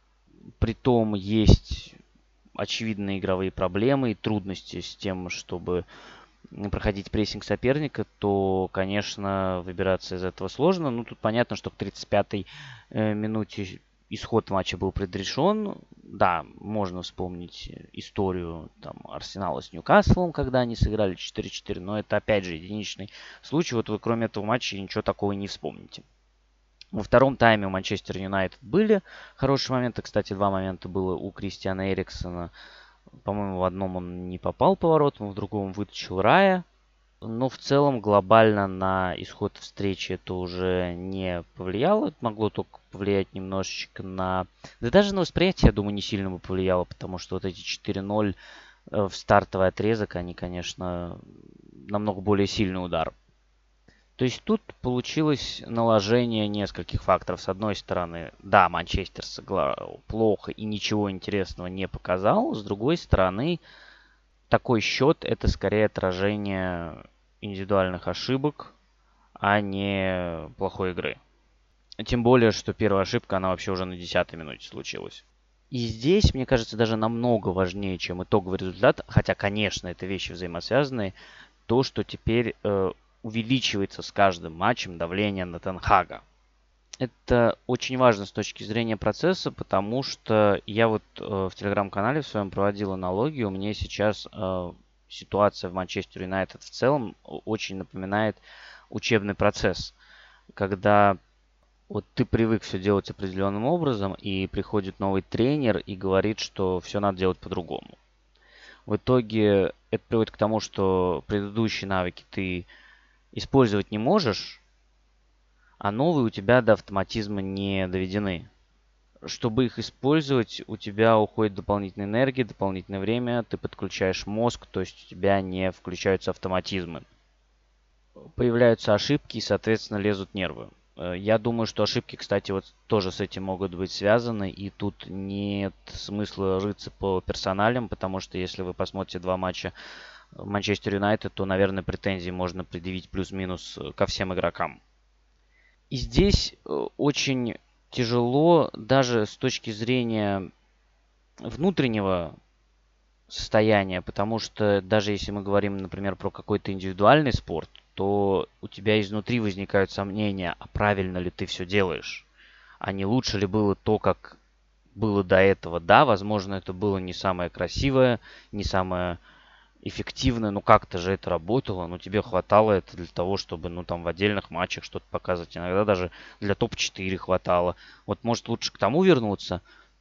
притом есть очевидные игровые проблемы и трудности с тем, чтобы проходить прессинг соперника, то, конечно, выбираться из этого сложно. Ну, тут понятно, что к тридцать пятой э, минуте исход матча был предрешен. Да, можно вспомнить историю там, Арсенала с Ньюкаслом, когда они сыграли четыре четыре, но это, опять же, единичный случай. Вот вы кроме этого матча ничего такого не вспомните. Во втором тайме у Манчестер Юнайтед были хорошие моменты. Кстати, два момента было у Кристиана Эриксона. По-моему, в одном он не попал поворотом, в другом вытащил Рая. Но в целом глобально на исход встречи это уже не повлияло. Это могло только повлиять немножечко на... Да даже на восприятие, я думаю, не сильно бы повлияло, потому что вот эти четыре ноль в стартовый отрезок, они, конечно, намного более сильный удар. То есть тут получилось наложение нескольких факторов. С одной стороны, да, Манчестер сыграл плохо и ничего интересного не показал. С другой стороны, такой счет — это скорее отражение индивидуальных ошибок, а не плохой игры. Тем более, что первая ошибка, она вообще уже на десятой минуте случилась. И здесь, мне кажется, даже намного важнее, чем итоговый результат, хотя, конечно, это вещи взаимосвязанные, то, что теперь э, увеличивается с каждым матчем давление на Тен Хага. Это очень важно с точки зрения процесса, потому что я вот э, в телеграм-канале в своем проводил аналогию. Мне сейчас э, ситуация в Манчестер Юнайтед в целом очень напоминает учебный процесс, когда вот ты привык все делать определенным образом, и приходит новый тренер и говорит, что все надо делать по-другому. В итоге это приводит к тому, что предыдущие навыки ты использовать не можешь, а новые у тебя до автоматизма не доведены. Чтобы их использовать, у тебя уходит дополнительная энергия, дополнительное время, ты подключаешь мозг, то есть у тебя не включаются автоматизмы. Появляются ошибки и, соответственно, лезут нервы. Я думаю, что ошибки, кстати, вот тоже с этим могут быть связаны, и тут нет смысла рыться по персоналям, потому что если вы посмотрите два матча Манчестер Юнайтед, то, наверное, претензии можно предъявить плюс-минус ко всем игрокам. И здесь очень тяжело даже с точки зрения внутреннего состояния, потому что даже если мы говорим, например, про какой-то индивидуальный спорт, то у тебя изнутри возникают сомнения, а правильно ли ты все делаешь, а не лучше ли было то, как было до этого. Да, возможно, это было не самое красивое, не самое эффективное, но как-то же это работало, но тебе хватало это для того, чтобы, ну, там, в отдельных матчах что-то показывать. Иногда даже для топ четыре хватало. Вот, может, лучше к тому вернуться.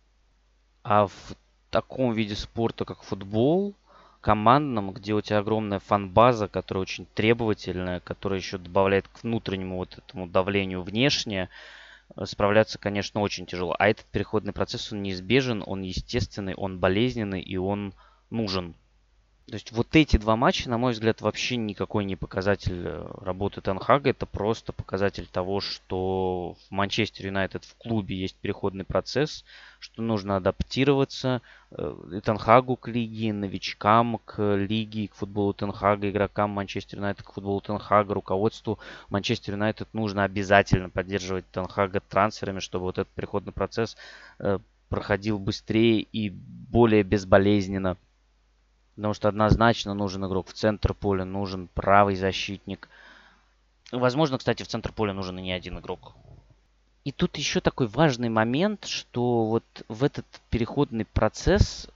А в таком виде спорта, как футбол, командном, где у тебя огромная фан-база, которая очень требовательная, которая еще добавляет к внутреннему вот этому давлению внешне, э, справляться, конечно, очень тяжело. А этот переходный процесс, он неизбежен, он естественный, он болезненный и он нужен. То есть вот эти два матча, на мой взгляд, вообще никакой не показатель э, работы Тен Хага. Это просто показатель того, что в Манчестер Юнайтед в клубе есть переходный процесс, что нужно адаптироваться э, и Тен Хагу к лиге, новичкам к лиге, к футболу Тен Хага, игрокам Манчестер Юнайтед к футболу Тен Хага, руководству Манчестер Юнайтед нужно обязательно поддерживать Тен Хага трансферами, чтобы вот этот переходный процесс э, проходил быстрее и более безболезненно. Потому что однозначно нужен игрок в центр поля, нужен правый защитник. Возможно, кстати, в центр поля нужен и не один игрок. И тут еще такой важный момент, что вот в этот переходный процесс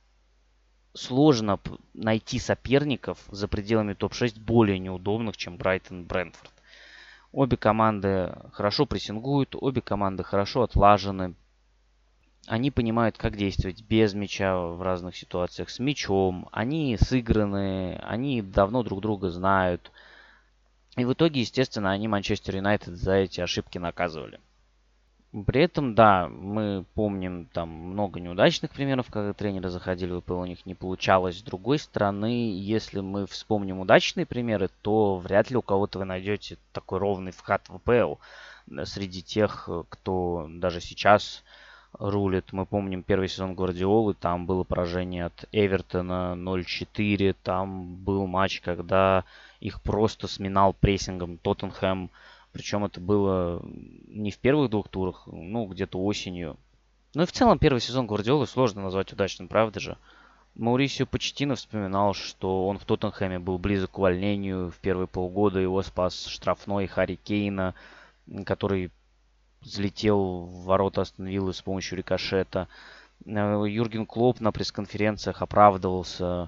сложно найти соперников за пределами топ шесть более неудобных, чем Брайтон и Брентфорд. Обе команды хорошо прессингуют, обе команды хорошо отлажены. Они понимают, как действовать без мяча в разных ситуациях, с мячом. Они сыграны, они давно друг друга знают. И в итоге, естественно, они Манчестер Юнайтед за эти ошибки наказывали. При этом, да, мы помним там много неудачных примеров, когда тренеры заходили в АПЛ, у них не получалось. С другой стороны, если мы вспомним удачные примеры, то вряд ли у кого-то вы найдете такой ровный вход в АПЛ. Среди тех, кто даже сейчас рулит. Мы помним первый сезон Гвардиолы, там было поражение от Эвертона ноль четыре, там был матч, когда их просто сминал прессингом Тоттенхэм. Причем это было не в первых двух турах, ну, где-то осенью. Ну и в целом первый сезон Гвардиолы сложно назвать удачным, правда же? Маурисио Почеттино вспоминал, что он в Тоттенхэме был близок к увольнению. В первые полгода его спас штрафной Харри Кейна, который взлетел в ворота Астон Виллы с помощью рикошета. Юрген Клопп на пресс-конференциях оправдывался.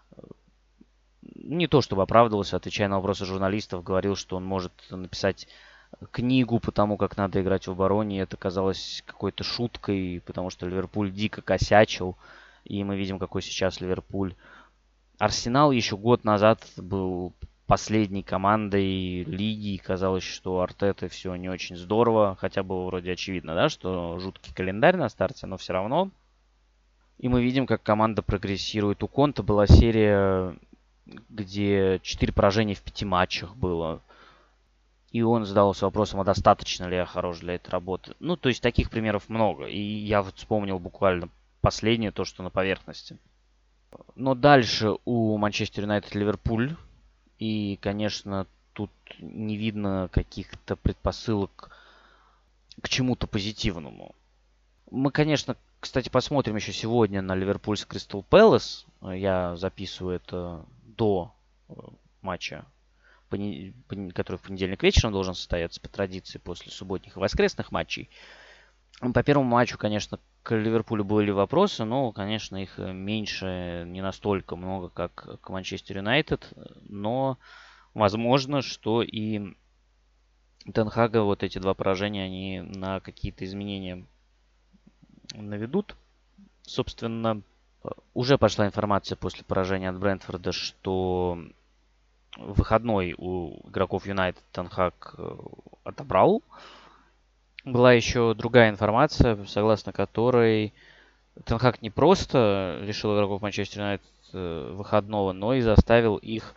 Не то чтобы оправдывался, отвечая на вопросы журналистов, говорил, что он может написать книгу по тому, как надо играть в обороне. И это казалось какой-то шуткой, потому что Ливерпуль дико косячил. И мы видим, какой сейчас Ливерпуль. Арсенал еще год назад был последней командой лиги. И казалось, что Артета все не очень здорово. Хотя было вроде очевидно, да, что жуткий календарь на старте, но все равно. И мы видим, как команда прогрессирует. У Конта была серия, где четыре поражения в пяти матчах было. И он задался вопросом, а достаточно ли я хорош для этой работы. Ну, то есть таких примеров много. И я вот вспомнил буквально последнее, то, что на поверхности. Но дальше у Манчестер Юнайтед Ливерпуль. И, конечно, тут не видно каких-то предпосылок к чему-то позитивному. Мы, конечно, кстати, посмотрим еще сегодня на Ливерпуль с Кристал Пэлас. Я записываю это до матча, который в понедельник вечером должен состояться по традиции после субботних и воскресных матчей. По первому матчу, конечно, к Ливерпулю были вопросы, но, конечно, их меньше, не настолько много, как к Манчестер Юнайтед. Но возможно, что и Тен Хага вот эти два поражения, они на какие-то изменения наведут. Собственно, уже пошла информация после поражения от Брентфорда, что выходной у игроков Юнайтед Тен Хаг отобрал. Была еще другая информация, согласно которой Тен Хаг не просто лишил игроков Манчестер Юнайтед выходного, но и заставил их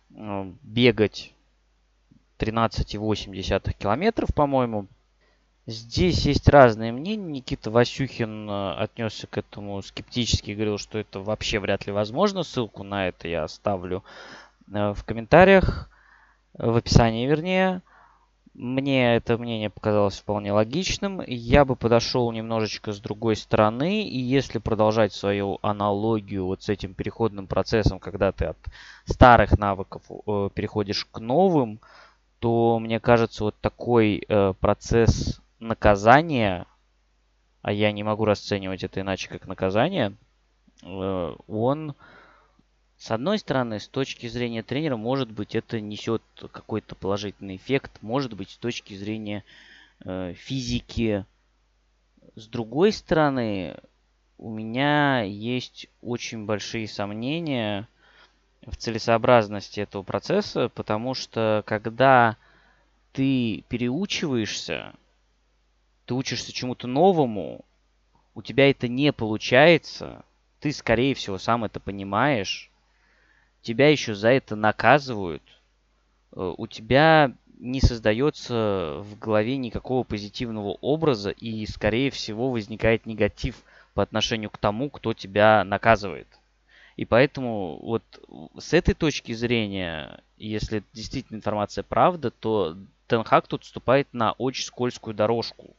бегать тринадцать целых восемь десятых километров, по-моему. Здесь есть разные мнения. Никита Васюхин отнесся к этому скептически и говорил, что это вообще вряд ли возможно. Ссылку на это я оставлю в комментариях, в описании вернее. Мне это мнение показалось вполне логичным. Я бы подошел немножечко с другой стороны. И если продолжать свою аналогию вот с этим переходным процессом, когда ты от старых навыков э, переходишь к новым, то мне кажется, вот такой э, процесс наказания, а я не могу расценивать это иначе как наказание, э, он, с одной стороны, с точки зрения тренера, может быть, это несет какой-то положительный эффект, может быть, с точки зрения э, физики. С другой стороны, у меня есть очень большие сомнения в целесообразности этого процесса, потому что когда ты переучиваешься, ты учишься чему-то новому, у тебя это не получается, ты, скорее всего, сам это понимаешь, тебя еще за это наказывают, э, у тебя не создается в голове никакого позитивного образа, и, скорее всего, возникает негатив по отношению к тому, кто тебя наказывает. И поэтому вот с этой точки зрения, если действительно информация правда, то Тен Хаг тут вступает на очень скользкую дорожку.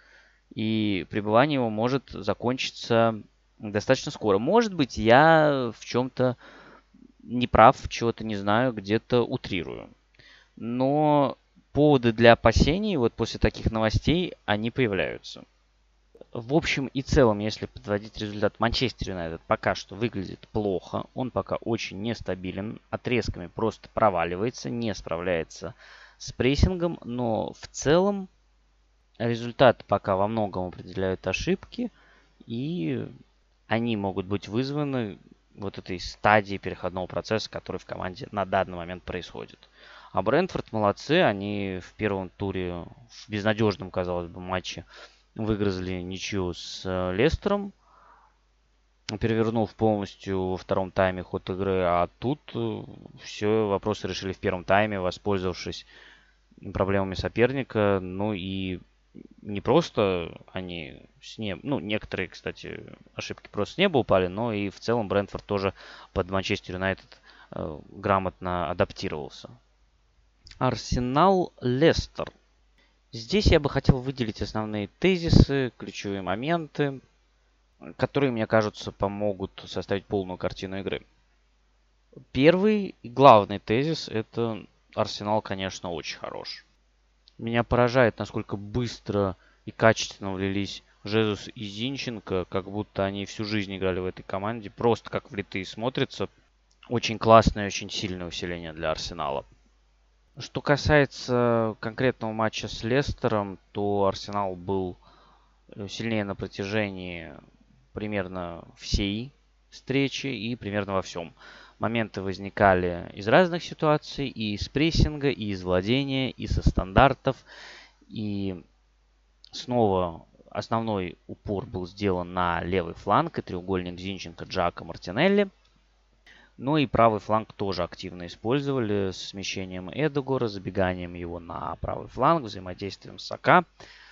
И пребывание его может закончиться достаточно скоро. Может быть, я в чем-то не прав, чего-то не знаю, где-то утрирую. Но поводы для опасений вот после таких новостей, они появляются. В общем и целом, если подводить результат, Манчестер Юнайтед пока что выглядит плохо. Он пока очень нестабилен. Отрезками просто проваливается, не справляется с прессингом. Но в целом результат пока во многом определяют ошибки. И они могут быть вызваны вот этой стадией переходного процесса, который в команде на данный момент происходит. А Брентфорд молодцы. Они в первом туре, в безнадежном, казалось бы, матче выиграли ничью с Лестером, перевернув полностью во втором тайме ход игры. А тут все вопросы решили в первом тайме, воспользовавшись проблемами соперника. Ну и не просто они с неба, ну, некоторые, кстати, ошибки просто с неба упали, но и в целом Брентфорд тоже под Манчестер Юнайтед э, грамотно адаптировался. Арсенал Лестер. Здесь я бы хотел выделить основные тезисы, ключевые моменты, которые, мне кажется, помогут составить полную картину игры. Первый и главный тезис – это Арсенал, конечно, очень хорош. Меня поражает, насколько быстро и качественно влились Жезус и Зинченко, как будто они всю жизнь играли в этой команде. Просто как влитые смотрятся. Очень классное, очень сильное усиление для Арсенала. Что касается конкретного матча с Лестером, то Арсенал был сильнее на протяжении примерно всей встречи и примерно во всем. Моменты возникали из разных ситуаций, и из прессинга, и из владения, и со стандартов. И снова основной упор был сделан на левый фланг и треугольник Зинченко, Джака, Мартинелли. Ну и правый фланг тоже активно использовали с смещением Эдегора, забеганием его на правый фланг, взаимодействием с Сака.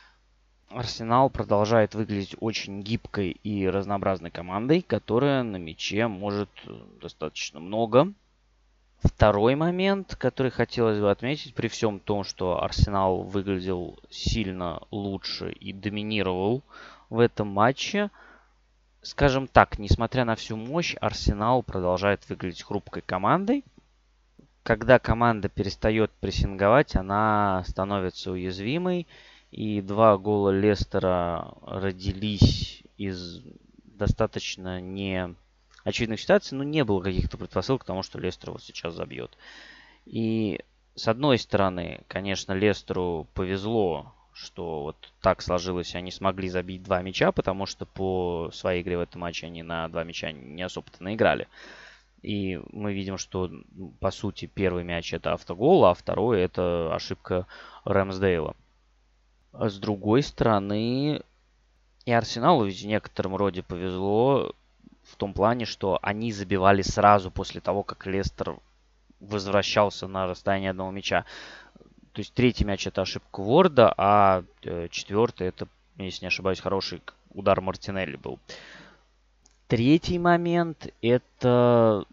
Арсенал продолжает выглядеть очень гибкой и разнообразной командой, которая на мяче может достаточно много. Второй момент, который хотелось бы отметить, при всем том, что Арсенал выглядел сильно лучше и доминировал в этом матче, скажем так, несмотря на всю мощь, Арсенал продолжает выглядеть хрупкой командой. Когда команда перестает прессинговать, она становится уязвимой. И два гола Лестера родились из достаточно не очевидных ситуаций. Но не было каких-то предпосылок к тому, что Лестер вот сейчас забьет. И с одной стороны, конечно, Лестеру повезло, что вот так сложилось, они смогли забить два мяча, потому что по своей игре в этом матче они на два мяча не особо-то наиграли. И мы видим, что, по сути, первый мяч это автогол, а второй это ошибка Рэмсдейла. А с другой стороны, и Арсеналу ведь в некотором роде повезло в том плане, что они забивали сразу после того, как Лестер возвращался на расстояние одного мяча. То есть третий мяч это ошибка Ворда, а э, четвертый это, если не ошибаюсь, хороший удар Мартинелли был. Третий момент это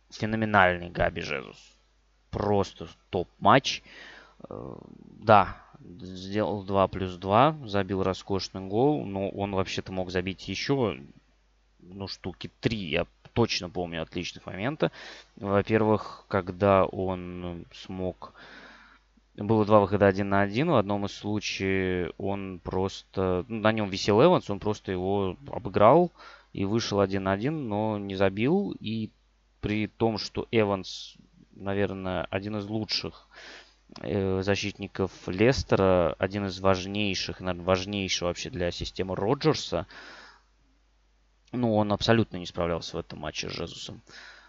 феноменальный Габи Жезус. Просто топ-матч. Э, да, сделал два плюс два, забил роскошный гол. Но он вообще-то мог забить еще, ну, штуки три. Я точно помню отличных момента. Во-первых, когда он смог... Было два выхода один на один. В одном из случаев он просто... Ну, на нем висел Эванс, он просто его обыграл и вышел один на один, но не забил. И при том, что Эванс, наверное, один из лучших э, защитников Лестера, один из важнейших, наверное, важнейший вообще для системы Роджерса, ну, он абсолютно не справлялся в этом матче с Жезусом.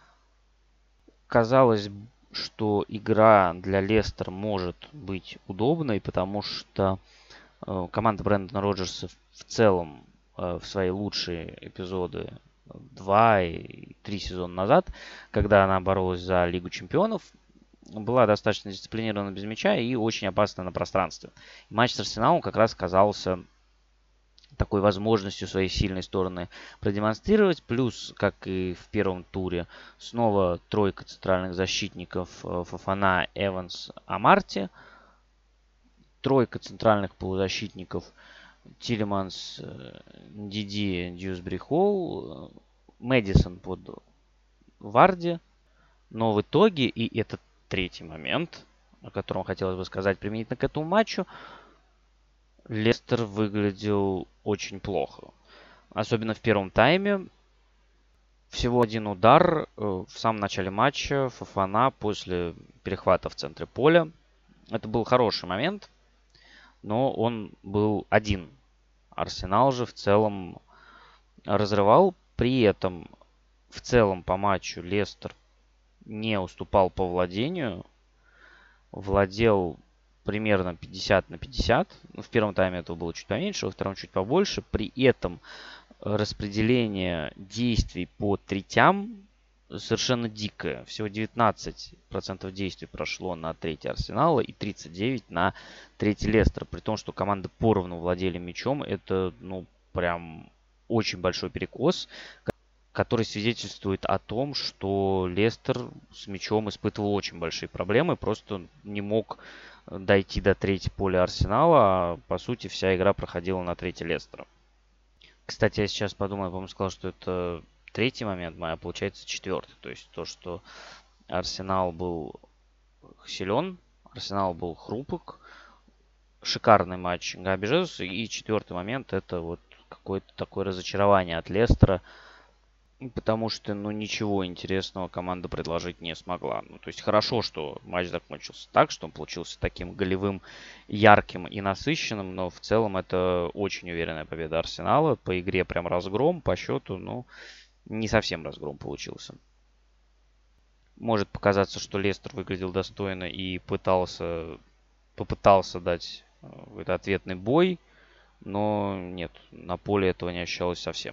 Казалось, что игра для Лестера может быть удобной, потому что э, команда Брэндона Роджерса в целом э, в свои лучшие эпизоды два и три сезона назад, когда она боролась за Лигу Чемпионов, была достаточно дисциплинирована без мяча и очень опасна на пространстве. И матч с Арсеналом как раз казался такой возможностью своей сильной стороны продемонстрировать. Плюс, как и в первом туре, снова тройка центральных защитников Фофана, Эванс, Амарти. Тройка центральных полузащитников Тилеманс, Диди, Дьюсбери Холл, Мэдисон под Варди. Но в итоге, и это третий момент, о котором хотелось бы сказать применительно к этому матчу, Лестер выглядел очень плохо. Особенно в первом тайме. Всего один удар в самом начале матча Фофана после перехвата в центре поля. Это был хороший момент, но он был один. Арсенал же в целом разрывал. При этом в целом по матчу Лестер не уступал по владению. Владел примерно пятьдесят на пятьдесят. В первом тайме этого было чуть поменьше, во втором чуть побольше. При этом распределение действий по третям совершенно дикое. Всего девятнадцать процентов действий прошло на третий Арсенала и тридцать девять процентов на третий Лестер. При том, что команды поровну владели мячом. Это, ну, прям очень большой перекос, который свидетельствует о том, что Лестер с мячом испытывал очень большие проблемы. Просто не мог дойти до третьего поля Арсенала, а по сути вся игра проходила на третьей Лестера. Кстати, я сейчас подумал, я, по-моему, сказал, что это третий момент мой, а получается четвертый. То есть то, что Арсенал был силен, Арсенал был хрупок, шикарный матч Габи Жезуса. И четвертый момент — это вот какое-то такое разочарование от Лестера, потому что, ну, ничего интересного команда предложить не смогла. Ну, то есть хорошо, что матч закончился так, что он получился таким голевым, ярким и насыщенным, но в целом это очень уверенная победа Арсенала. По игре прям разгром, по счету, ну, не совсем разгром получился. Может показаться, что Лестер выглядел достойно и пытался, попытался дать этот ответный бой, но нет, на поле этого не ощущалось совсем.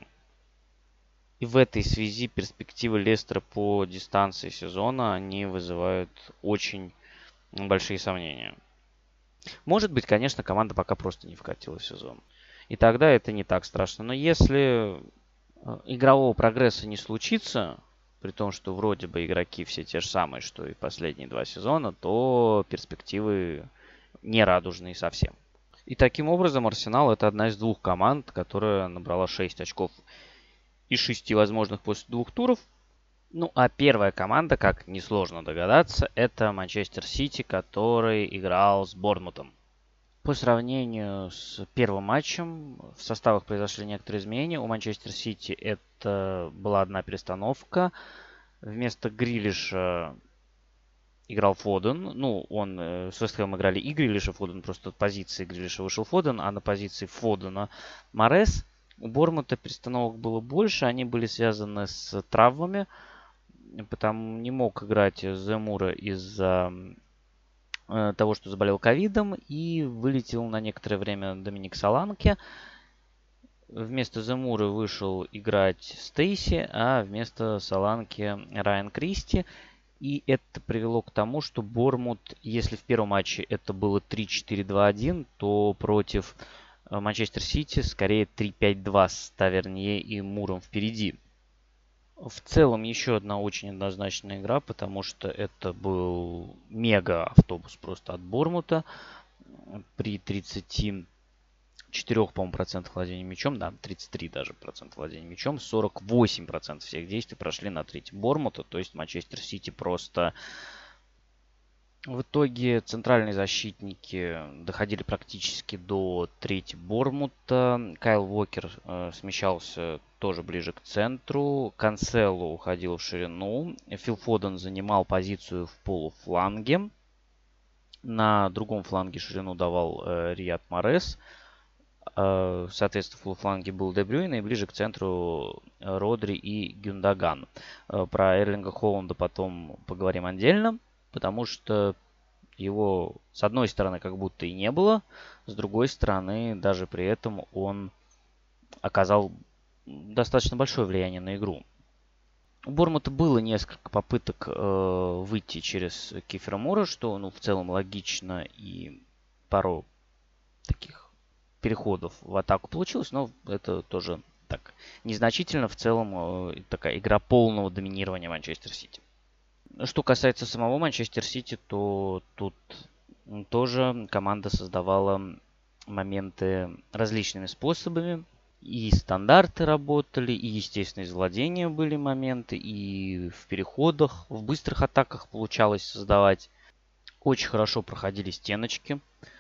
И в этой связи перспективы Лестера по дистанции сезона, они вызывают очень большие сомнения. Может быть, конечно, команда пока просто не вкатила в сезон. И тогда это не так страшно. Но если игрового прогресса не случится, при том, что вроде бы игроки все те же самые, что и последние два сезона, то перспективы не радужные совсем. И таким образом Арсенал — это одна из двух команд, которая набрала шесть очков из шести возможных после двух туров. Ну, а первая команда, как несложно догадаться, это Манчестер Сити, который играл с Борнмутом. По сравнению с первым матчем в составах произошли некоторые изменения. У Манчестер Сити это была одна перестановка. Вместо Грилиша играл Фоден. Ну, он э, с Вест Хэмом играли и Грилиш, и Фоден. Просто от позиции Грилиша вышел Фоден, а на позиции Фодена Морес. У Бормута перестановок было больше, они были связаны с травмами, потому не мог играть Земура из-за э, того, что заболел ковидом, и вылетел на некоторое время Доминик Соланке. Вместо Земура вышел играть Стейси, а вместо Соланки Райан Кристи. И это привело к тому, что Бормут, если в первом матче это было три четыре два один, то против Манчестер Сити скорее три пять два с Тавернье и Муром впереди. В целом еще одна очень однозначная игра, потому что это был мега автобус просто от Бормута. при тридцати четырёх, по-моему, процентах владения мячом, да, тридцать три даже процента владения мячом, сорок восемь процентов всех действий прошли на третьем Бормута, то есть Манчестер Сити просто... В итоге центральные защитники доходили практически до трети Бормута. Кайл Уокер э, смещался тоже ближе к центру. Кансело уходил в ширину. Фил Фоден занимал позицию в полуфланге. На другом фланге ширину давал э, Рияд Марес. Э, соответственно, в полуфланге был Де Брюйне и ближе к центру Родри и Гюндоган. Э, про Эрлинга Холланда потом поговорим отдельно. Потому что его, с одной стороны, как будто и не было, с другой стороны, даже при этом он оказал достаточно большое влияние на игру. У Бормута было несколько попыток э, выйти через Кифера Мура, что ну, в целом логично, и пару таких переходов в атаку получилось, но это тоже так незначительно. В целом э, такая игра полного доминирования Манчестер Сити. Что касается самого Манчестер Сити, то тут тоже команда создавала моменты различными способами. И стандарты работали, и, естественно, из владения были моменты, и в переходах, в быстрых атаках получалось создавать. Очень хорошо проходили стеночки,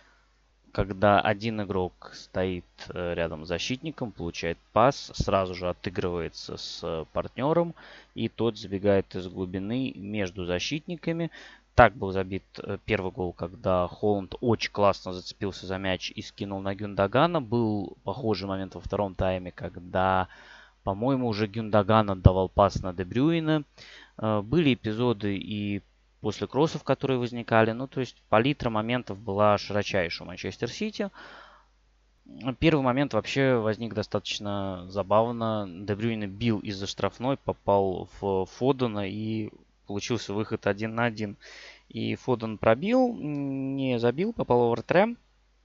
когда один игрок стоит рядом с защитником, получает пас, сразу же отыгрывается с партнером, и тот забегает из глубины между защитниками. Так был забит первый гол, когда Холланд очень классно зацепился за мяч и скинул на Гюндогана. Был похожий момент во втором тайме, когда, по-моему, уже Гюндоган отдавал пас на Де Брюйне. Были эпизоды и после кроссов, которые возникали. Ну, то есть палитра моментов была широчайшая у Манчестер Сити. Первый момент вообще возник достаточно забавно. Де Брюйне бил из-за штрафной, попал в Фодена и получился выход один на один. И Фоден пробил, не забил, попал в вратаря.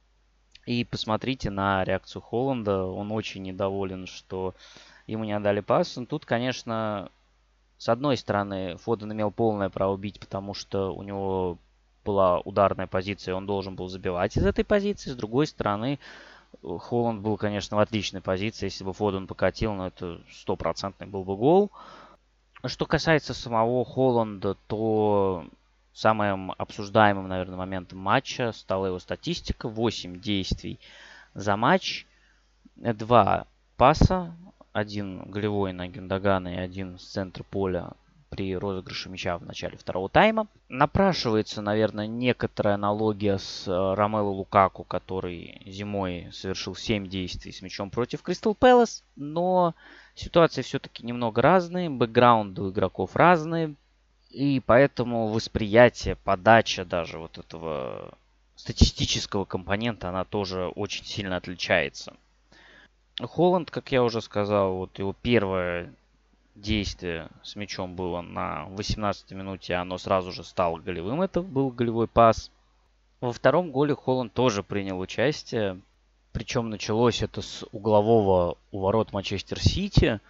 И посмотрите на реакцию Холланда. Он очень недоволен, что ему не отдали пас. Тут, конечно, с одной стороны, Фоден имел полное право бить, потому что у него была ударная позиция, он должен был забивать из этой позиции. С другой стороны, Холланд был, конечно, в отличной позиции. Если бы Фоден покатил, ну, это стопроцентный был бы гол. Что касается самого Холланда, то самым обсуждаемым, наверное, моментом матча стала его статистика. восемь действий за матч, два паса, один голевой на Гюндогана и один с центра поля при розыгрыше мяча в начале второго тайма. Напрашивается, наверное, некоторая аналогия с Ромело Лукаку, который зимой совершил семь действий с мячом против Кристал Пэлас, но ситуации все-таки немного разные, бэкграунды у игроков разные, и поэтому восприятие, подача даже вот этого статистического компонента, она тоже очень сильно отличается. Холланд, как я уже сказал, вот его первое действие с мячом было на восемнадцатой минуте, оно сразу же стало голевым, это был голевой пас. Во втором голе Холланд тоже принял участие. Причем началось это с углового у ворот Манчестер Сити.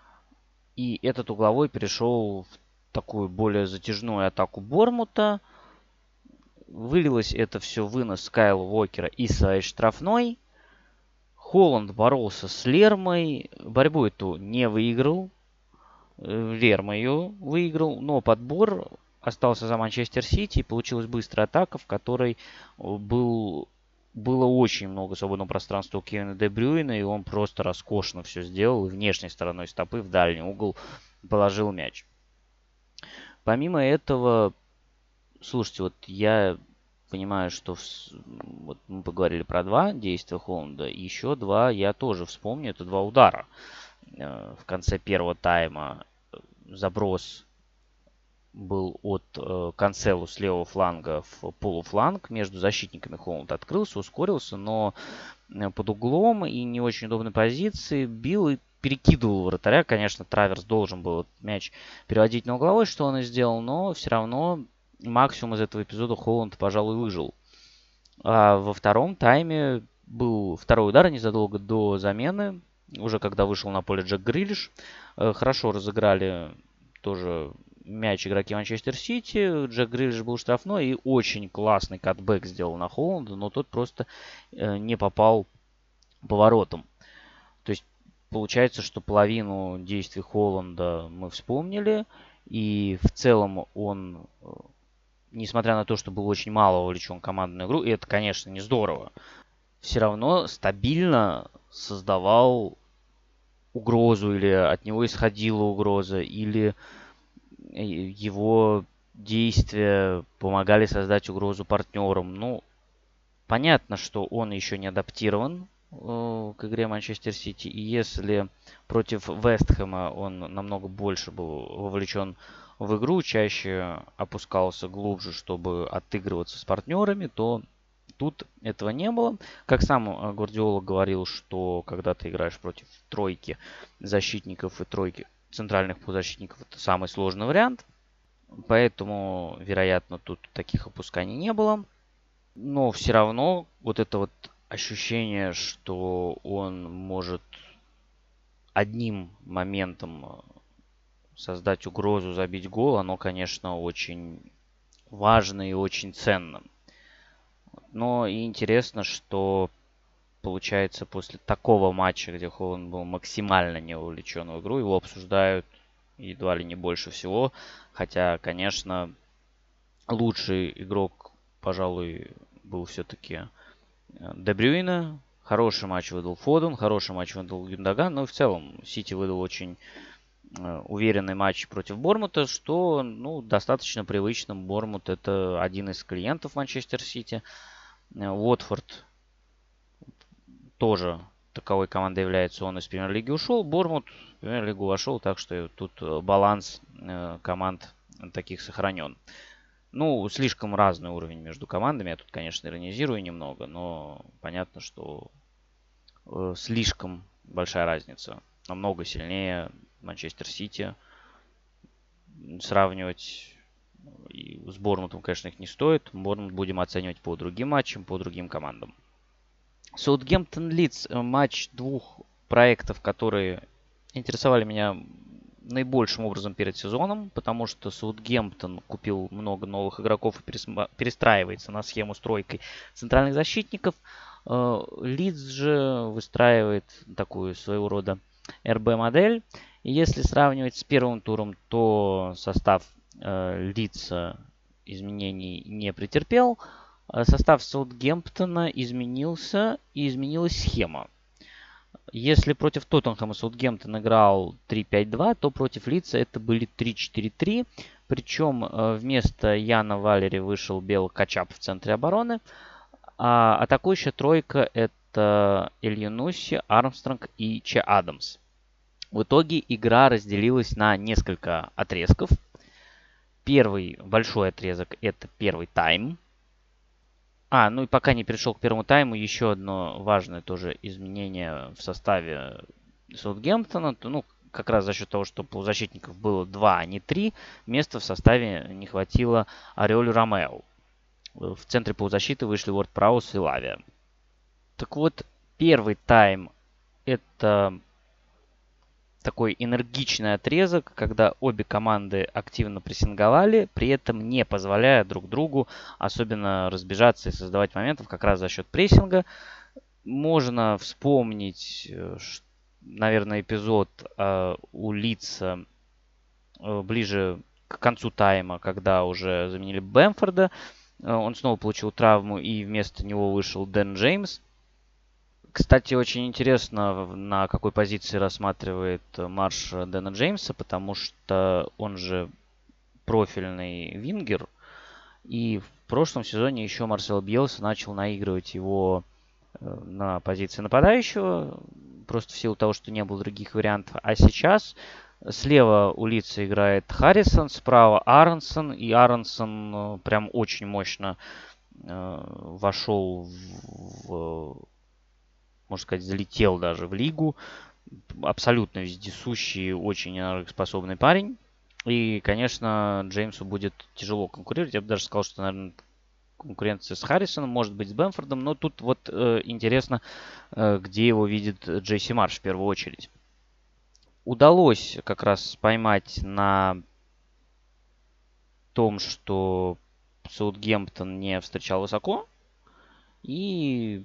И этот угловой перешел в такую более затяжную атаку Бормута. Вылилось это все в вынос Кайла Уокера из своей штрафной. Холланд боролся с Лермой. Борьбу эту не выиграл. Лерма ее выиграл. Но подбор остался за Манчестер Сити. И получилась быстрая атака, в которой был... Было очень много свободного пространства у Кевина Де Брюйна, и он просто роскошно все сделал. И внешней стороной стопы в дальний угол положил мяч. Помимо этого, слушайте, вот я понимаю, что в, вот мы поговорили про два действия Холланда. И еще два я тоже вспомню. Это два удара. В конце первого тайма заброс был от э, Канцелу с левого фланга в полуфланг. Между защитниками Холланд открылся, ускорился, но под углом и не очень удобной позиции бил и перекидывал вратаря. Конечно, Траверс должен был этот мяч переводить на угловой, что он и сделал, но все равно максимум из этого эпизода Холланд, пожалуй, выжил. А во втором тайме был второй удар незадолго до замены, уже когда вышел на поле Джек Грилиш. Хорошо разыграли тоже мяч игроки Манчестер Сити. Джек Грилиш был штрафной и очень классный катбэк сделал на Холланда, но тот просто э, не попал поворотом. То есть получается, что половину действий Холланда мы вспомнили. И в целом он, несмотря на то, что был очень мало вовлечен в командную игру, и это, конечно, не здорово, все равно стабильно создавал угрозу, или от него исходила угроза, или его действия помогали создать угрозу партнерам. Ну, понятно, что он еще не адаптирован э, к игре Манчестер Сити. И если против Вестхэма он намного больше был вовлечен в игру, чаще опускался глубже, чтобы отыгрываться с партнерами, то тут этого не было. Как сам Гвардиола говорил, что когда ты играешь против тройки защитников и тройки центральных полузащитников, это самый сложный вариант. Поэтому, вероятно, тут таких опусканий не было. Но все равно вот это вот ощущение, что он может одним моментом создать угрозу, забить гол, оно, конечно, очень важно и очень ценно. Но и интересно, что получается после такого матча, где Холланд был максимально не увлечен в игру, его обсуждают едва ли не больше всего. Хотя, конечно, лучший игрок, пожалуй, был все-таки Де Брюйне. Хороший матч выдал Фоден, хороший матч выдал Гюндоган. Но в целом Сити выдал очень уверенный матч против Бормута, что ну, достаточно привычно. Бормут — это один из клиентов Манчестер Сити. Уотфорд тоже таковой командой является. Он из Премьер-лиги ушел. Бормут в Премьер-лигу вошел, так что тут баланс команд таких сохранен. Ну, слишком разный уровень между командами. Я тут, конечно, иронизирую немного, но понятно, что слишком большая разница. Намного сильнее Манчестер Сити. Сравнивать и с Борнмутом, конечно, их не стоит. Борнмут будем оценивать по другим матчам, по другим командам. Саутгемптон Лидс. Матч двух проектов, которые интересовали меня наибольшим образом перед сезоном, потому что Саутгемптон купил много новых игроков и перестраивается на схему с тройкой центральных защитников. Лидс же выстраивает такую своего рода эр бэ-модель. И если сравнивать с первым туром, то состав э, Лидса изменений не претерпел. Состав Саутгемптона изменился, и изменилась схема. Если против Тоттенхэма Саутгемптон играл три пять два, то против Лидса это были три четыре три. Причем э, вместо Яна Валери вышел Бел Качап в центре обороны. А атакующая тройка — это Эль-Юнуси, Армстронг и Че Адамс. В итоге игра разделилась на несколько отрезков. Первый большой отрезок — это первый тайм. А, ну и пока не перешел к первому тайму, еще одно важное тоже изменение в составе Саутгемптона. Ну, как раз за счет того, что полузащитников было два, а не три, места в составе не хватило Ариолю Ромео. В центре полузащиты вышли Уорд Праус и Лавия. Так вот, первый тайм — это такой энергичный отрезок, когда обе команды активно прессинговали, при этом не позволяя друг другу особенно разбежаться и создавать моментов как раз за счет прессинга. Можно вспомнить, наверное, эпизод у Лидса ближе к концу тайма, когда уже заменили Бэмфорда. Он снова получил травму, и вместо него вышел Дэн Джеймс. Кстати, очень интересно, на какой позиции рассматривает Марш Дэна Джеймса, потому что он же профильный вингер. И в прошлом сезоне еще Марсел Бьелса начал наигрывать его на позиции нападающего, просто в силу того, что не было других вариантов. А сейчас слева у Лидса играет Харрисон, справа Аронсон. И Аронсон прям очень мощно э, вошел в, в, можно сказать, залетел даже в лигу. Абсолютно вездесущий, очень энергоспособный парень. И, конечно, Джеймсу будет тяжело конкурировать. Я бы даже сказал, что, наверное, конкуренция с Харрисоном, может быть, с Бэмфордом. Но тут вот э, интересно, э, где его видит Джесси Марш в первую очередь. Удалось как раз поймать на том, что Саутгемптон не встречал высоко. И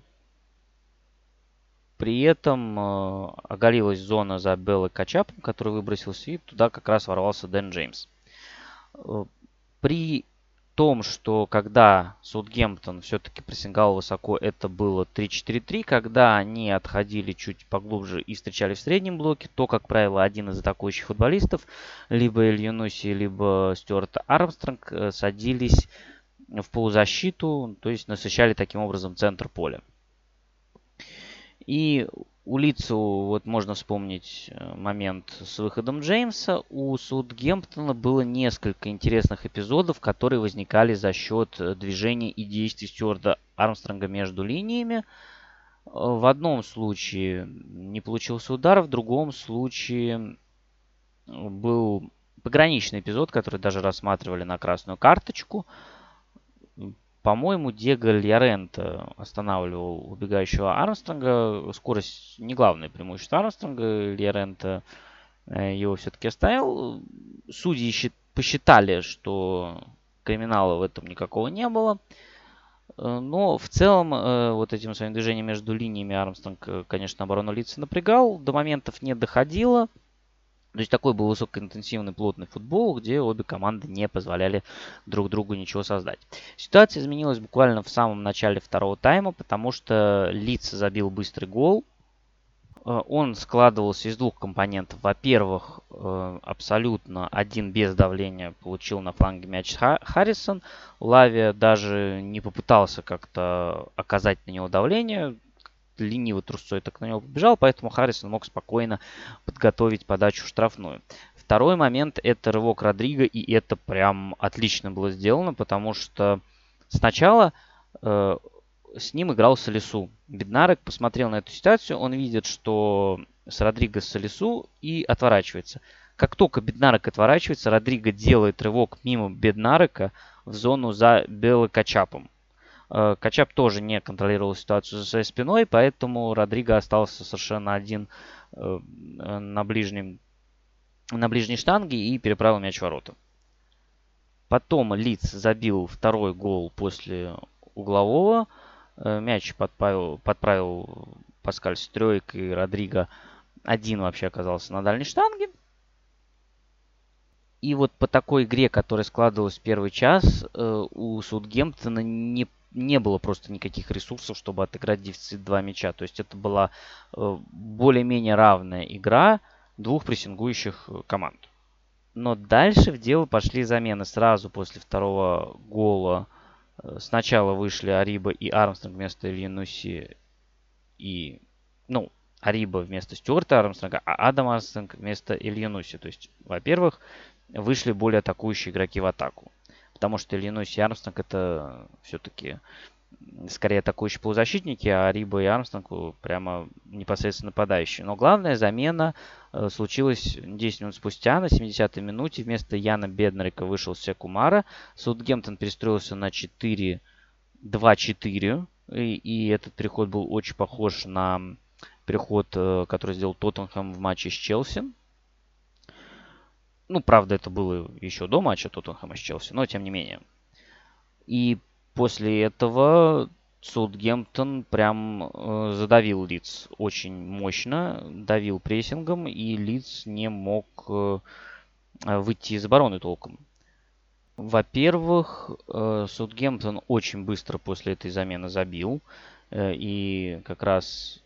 при этом э, оголилась зона за Беллой Качапом, который выбросился, и туда как раз ворвался Дэн Джеймс. Э, при том, что когда Саутгемптон все-таки прессинговал высоко, это было три четыре три, когда они отходили чуть поглубже и встречали в среднем блоке, то, как правило, один из атакующих футболистов, либо Эль-Юнуси, либо Стюарт Армстронг, э, садились в полузащиту, то есть насыщали таким образом центр поля. И у Лидса вот можно вспомнить момент с выходом Джеймса. У Саутгемптона было несколько интересных эпизодов, которые возникали за счет движения и действий Стюарта Армстронга между линиями. В одном случае не получился удар, в другом случае был пограничный эпизод, который даже рассматривали на красную карточку. По-моему, Диего Льоренте останавливал убегающего Армстронга. Скорость не главное преимущество Армстронга. Льоренте его все-таки оставил. Судьи посчитали, что криминала в этом никакого не было. Но в целом вот этим своим движением между линиями Армстронг, конечно, оборону Лидса напрягал. До моментов не доходило. То есть такой был высокоинтенсивный, плотный футбол, где обе команды не позволяли друг другу ничего создать. Ситуация изменилась буквально в самом начале второго тайма, потому что Лидс забил быстрый гол. Он складывался из двух компонентов. Во-первых, абсолютно один без давления получил на фланге мяч Харрисон. Лавия даже не попытался как-то оказать на него давление. Лениво трусцой так на него побежал, поэтому Харрисон мог спокойно подготовить подачу в штрафную. Второй момент – это рывок Родриго, и это прям отлично было сделано, потому что сначала э, с ним играл Салису. Беднарек посмотрел на эту ситуацию, он видит, что с Родриго Салису и отворачивается. Как только Беднарек отворачивается, Родриго делает рывок мимо Беднарека в зону за Белокачапом. Качап тоже не контролировал ситуацию за своей спиной, поэтому Родриго остался совершенно один на, ближнем, на ближней штанге и переправил мяч в ворота. Потом Лидс забил второй гол после углового. Мяч подправил, подправил Паскаль Стройк, и Родриго один вообще оказался на дальней штанге. И вот по такой игре, которая складывалась в первый час, у Саутгемптона не не было просто никаких ресурсов, чтобы отыграть дефицит два мяча. То есть это была э, более-менее равная игра двух прессингующих команд. Но дальше в дело пошли замены. Сразу после второго гола э, сначала вышли Ариба и Армстронг вместо Эль-Юнуси и, ну, Ариба вместо Стюарта Армстронга, а Адам Армстронг вместо Эль-Юнуси. То есть, во-первых, вышли более атакующие игроки в атаку. Потому что Эль-Юнуси и Армстронг это все-таки скорее атакующие полузащитники, а Риба и Армстронг прямо непосредственно нападающие. Но главная замена э, случилась десять минут спустя, на семидесятой минуте. Вместо Яна Беднарика вышел Секу Мара. Саутгемптон перестроился на четыре два четыре. И, и этот переход был очень похож на переход, э, который сделал Тоттенхэм в матче с Челси. Ну, правда, это было еще до матча Тоттенхэма с Челси, но тем не менее. И после этого Саутгемптон прям э, задавил Лидс очень мощно, давил прессингом, и Лидс не мог э, выйти из обороны толком. Во-первых, э, Саутгемптон очень быстро после этой замены забил, э, и как раз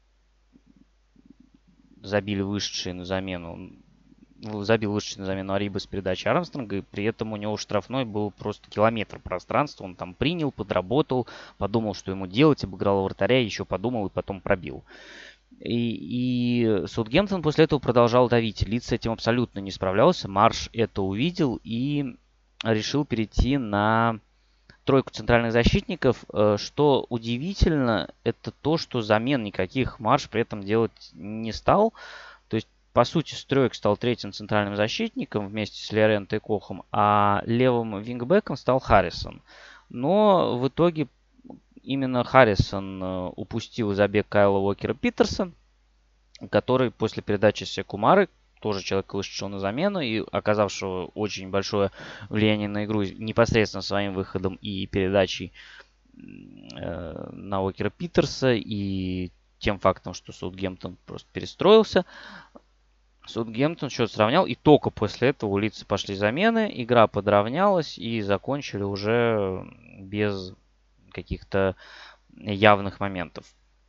забили вышедшие на замену забил вышедший на замену Ариба с передачи Армстронга, и при этом у него штрафной был просто километр пространства. Он там принял, подработал, подумал, что ему делать, обыграл вратаря, еще подумал и потом пробил. И, и Саутгемптон после этого продолжал давить. Лидс с этим абсолютно не справлялся. Марш это увидел и решил перейти на тройку центральных защитников. Что удивительно, это то, что замен никаких Марш при этом делать не стал. То есть, по сути, Стройк стал третьим центральным защитником вместе с Льоренте и Кохом, а левым вингбеком стал Харрисон. Но в итоге именно Харрисон упустил забег Кайла Уокера-Питерса, который после передачи Секу Мары, тоже человек, вышедшего на замену и оказавшего очень большое влияние на игру непосредственно своим выходом и передачей э, на Уокера Питерса и тем фактом, что Саутгемптон просто перестроился. Саутгемптон счет сравнял, и только после этого у Лидса пошли замены, игра подравнялась и закончили уже без каких-то явных моментов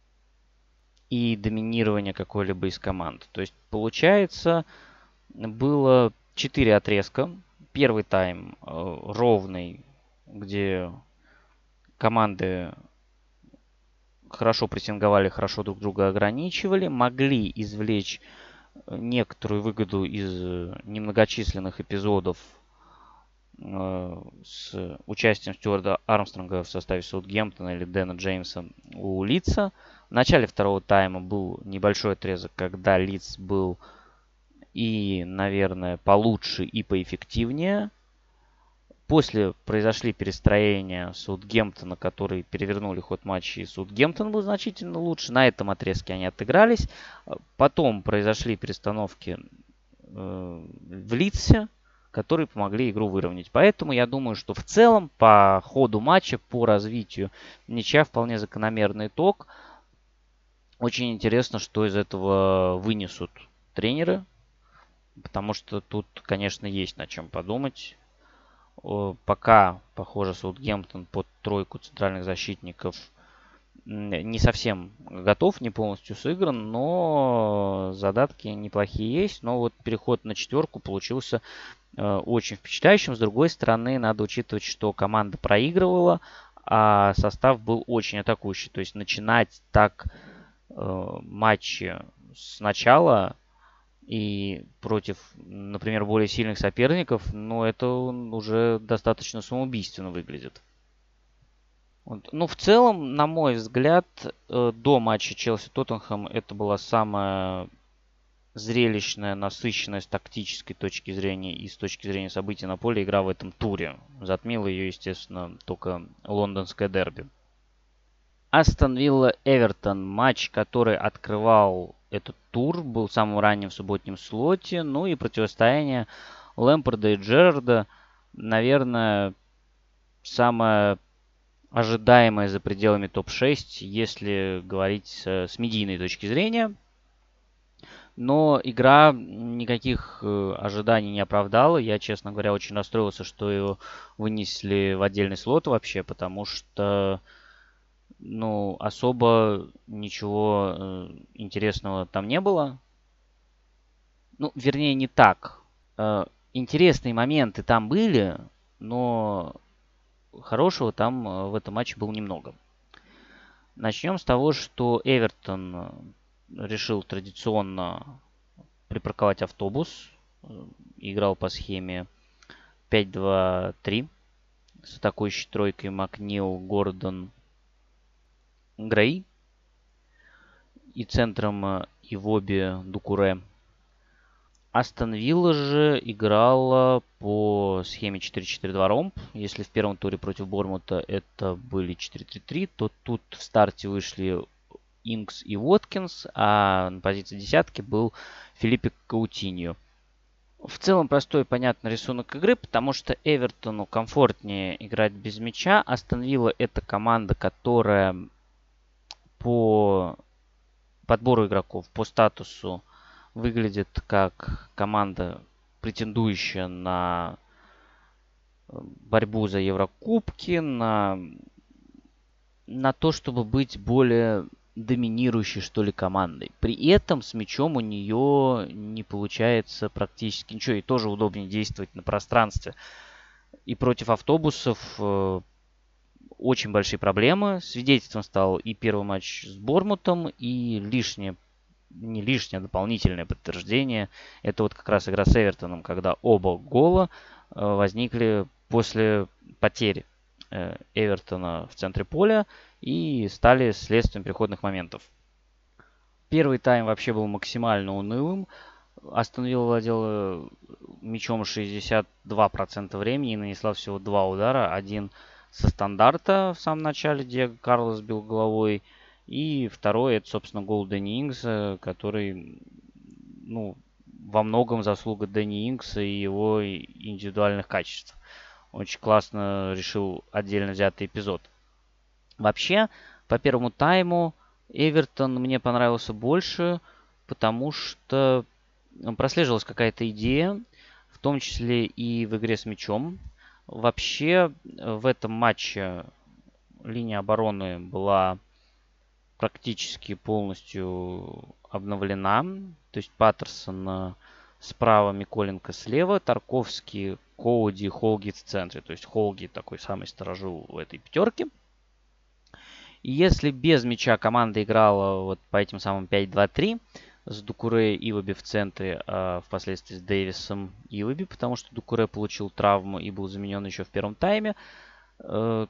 и доминирования какой-либо из команд. То есть, получается, было четыре отрезка. Первый тайм э, ровный, где команды хорошо прессинговали, хорошо друг друга ограничивали, могли извлечь некоторую выгоду из немногочисленных эпизодов э, с участием Стюарта Армстронга в составе Саутгемптона или Дэна Джеймса у Лидса. В начале второго тайма был небольшой отрезок, когда Лидс был и, наверное, получше и поэффективнее. После произошли перестроения Саутгемптона, которые перевернули ход матча, и Саутгемптон был значительно лучше. На этом отрезке они отыгрались. Потом произошли перестановки э, в Лидсе, которые помогли игру выровнять. Поэтому я думаю, что в целом по ходу матча, по развитию ничья вполне закономерный итог. Очень интересно, что из этого вынесут тренеры, потому что тут, конечно, есть над чем подумать. Пока, похоже, Саутгемптон под тройку центральных защитников не совсем готов, не полностью сыгран, но задатки неплохие есть. Но вот переход на четверку получился очень впечатляющим. С другой стороны, надо учитывать, что команда проигрывала, а состав был очень атакующий. То есть начинать так матчи сначала и против, например, более сильных соперников, ну, это уже достаточно самоубийственно выглядит. Вот. Ну, в целом, на мой взгляд, до матча Челси-Тоттенхэм это была самая зрелищная, насыщенная с тактической точки зрения и с точки зрения событий на поле игра в этом туре. Затмила ее, естественно, только лондонское дерби. Астон Вилла Эвертон. Матч, который открывал этот тур, был самым ранним в субботнем слоте. Ну и противостояние Лэмпарда и Джерарда, наверное, самое ожидаемое за пределами топ шесть, если говорить с, с медийной точки зрения. Но игра никаких ожиданий не оправдала. Я, честно говоря, очень расстроился, что его вынесли в отдельный слот вообще, потому что ну, особо ничего э, интересного там не было. Ну, вернее, не так. Э, интересные моменты там были, но хорошего там э, в этом матче было немного. Начнем с того, что Эвертон решил традиционно припарковать автобус. Играл по схеме пять два три с атакующей тройкой Макнил, Гордон, Грей и центром Ивоби, Дукуре. Астон Вилла же играла по схеме четыре четыре два ромб. Если в первом туре против Бормута это были четыре три три, то тут в старте вышли Инкс и Уоткинс, а на позиции десятки был Филиппе Каутиньо. В целом простой и понятный рисунок игры, потому что Эвертону комфортнее играть без мяча. Астон Вилла это команда, которая по подбору игроков, по статусу выглядит как команда, претендующая на борьбу за Еврокубки, на, на то, чтобы быть более доминирующей, что ли, командой. При этом с мячом у нее не получается практически ничего. И тоже удобнее действовать на пространстве. И против автобусов э, очень большие проблемы. Свидетельством стал и первый матч с Бормутом, и лишнее, не лишнее, а дополнительное подтверждение. Это вот как раз игра с Эвертоном, когда оба гола э, возникли после потери э, Эвертона в центре поля и стали следствием переходных моментов. Первый тайм вообще был максимально унылым. Астон Вилла владела мячом шестьдесят два процента времени и нанесла всего два удара. Один со стандарта в самом начале, где Карлос бил головой. И второй, это, собственно, гол Дэнни Ингса, который, ну, во многом заслуга Дэнни Инкса и его индивидуальных качеств. Очень классно решил отдельно взятый эпизод. Вообще, по первому тайму Эвертон мне понравился больше, потому что прослеживалась какая-то идея, в том числе и в игре с мячом. Вообще, в этом матче линия обороны была практически полностью обновлена. То есть Паттерсон справа, Миколенко слева, Тарковский, Коуди, Холгейт в центре. То есть Холгейт такой самый сторожил в этой пятерке. И если без мяча команда играла вот по этим самым пять два три с Дукуре и Ивоби в центре, а впоследствии с Дэвисом и Ивоби, потому что Дукуре получил травму и был заменен еще в первом тайме, то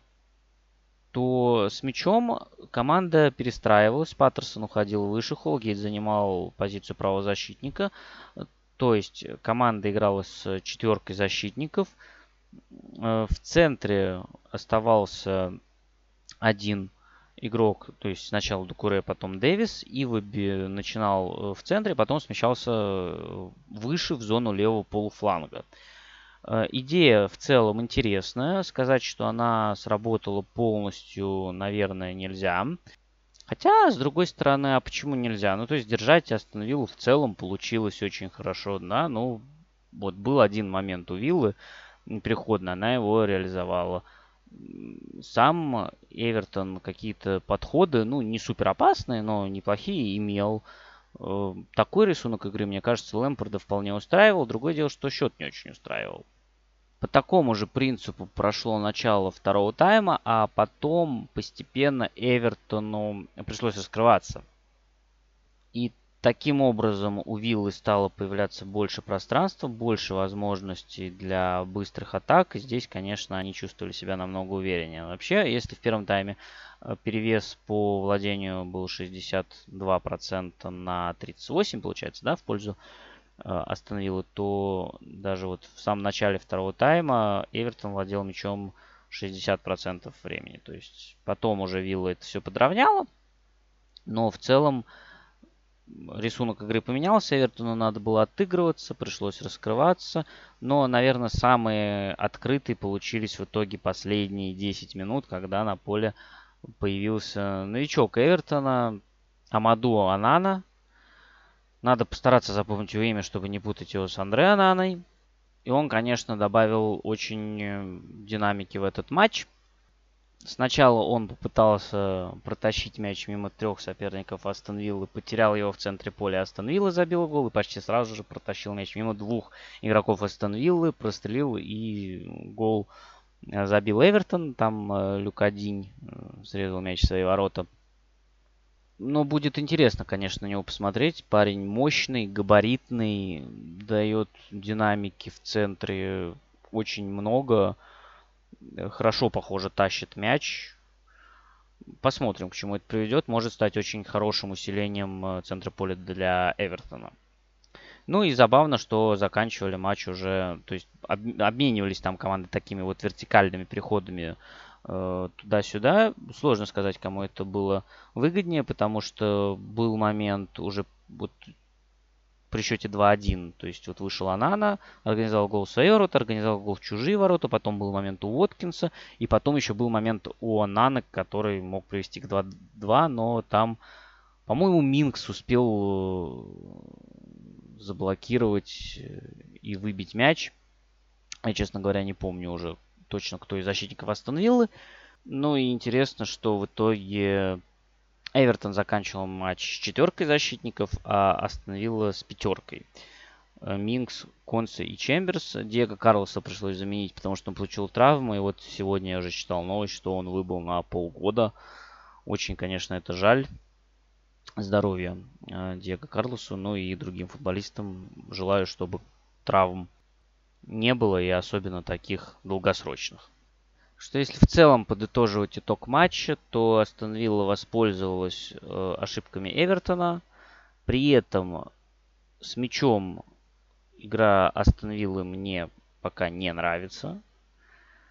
с мячом команда перестраивалась. Паттерсон уходил выше, Холгейт занимал позицию правозащитника. То есть команда играла с четверкой защитников. В центре оставался один игрок, то есть сначала Дукуре, потом Дэвис. Ивоби начинал в центре, потом смещался выше в зону левого полуфланга. Идея в целом интересная. Сказать, что она сработала полностью, наверное, нельзя. Хотя, с другой стороны, а почему нельзя? Ну, то есть держать Астон Виллу в целом получилось очень хорошо, да. Ну, вот был один момент у Виллы переходный, она его реализовала. Сам Эвертон какие-то подходы, ну, не супер опасные, но неплохие имел. Такой рисунок игры, мне кажется, Лэмпарда вполне устраивал. Другое дело, что счет не очень устраивал. По такому же принципу прошло начало второго тайма, а потом постепенно Эвертону пришлось раскрываться. И таким образом у Виллы стало появляться больше пространства, больше возможностей для быстрых атак. И здесь, конечно, они чувствовали себя намного увереннее. Вообще, если в первом тайме перевес по владению был шестьдесят два процента на тридцать восемь процентов, получается, да, в пользу Астон Виллы, то даже вот в самом начале второго тайма Эвертон владел мячом шестьдесят процентов времени. То есть потом уже Вилла это все подровняла. Но в целом рисунок игры поменялся. Эвертону надо было отыгрываться, пришлось раскрываться. Но, наверное, самые открытые получились в итоге последние десять минут, когда на поле появился новичок Эвертона Амаду Онана. Надо постараться запомнить его имя, чтобы не путать его с Андре Онаной. И он, конечно, добавил очень динамики в этот матч. Сначала он попытался протащить мяч мимо трех соперников Астон Виллы, потерял его в центре поля, Астон Вилла забил гол и почти сразу же протащил мяч мимо двух игроков Астон Виллы, прострелил и гол забил Эвертон. Там Люка Динь срезал мяч в свои ворота. Но будет интересно, конечно, на него посмотреть. Парень мощный, габаритный, дает динамики в центре очень много. Хорошо, похоже, тащит мяч. Посмотрим, к чему это приведет. Может стать очень хорошим усилением центра поля для Эвертона. Ну и забавно, что заканчивали матч уже, то есть обменивались там команды такими вот вертикальными переходами туда-сюда. Сложно сказать, кому это было выгоднее, потому что был момент уже вот при счете два один. То есть вот вышел Онана, организовал гол в свои ворота, организовал гол в чужие ворота. Потом был момент у Уоткинса. И потом еще был момент у Онаны, который мог привести к два два. Но там, по-моему, Минкс успел заблокировать и выбить мяч. Я, честно говоря, не помню уже точно, кто из защитников Астон Виллы. Ну и интересно, что в итоге Эвертон заканчивал матч с четверкой защитников, а Астон Вилла с пятеркой. Минкс, Консе и Чемберс. Диего Карлоса пришлось заменить, потому что он получил травму. И вот сегодня я уже читал новость, что он выбыл на полгода. Очень, конечно, это жаль. Здоровья Диего Карлосу, ну и другим футболистам. Желаю, чтобы травм не было, и особенно таких долгосрочных. Что если в целом подытоживать итог матча, то Астон Вилла воспользовалась э, ошибками Эвертона. При этом с мячом игра Астон Виллы мне пока не нравится.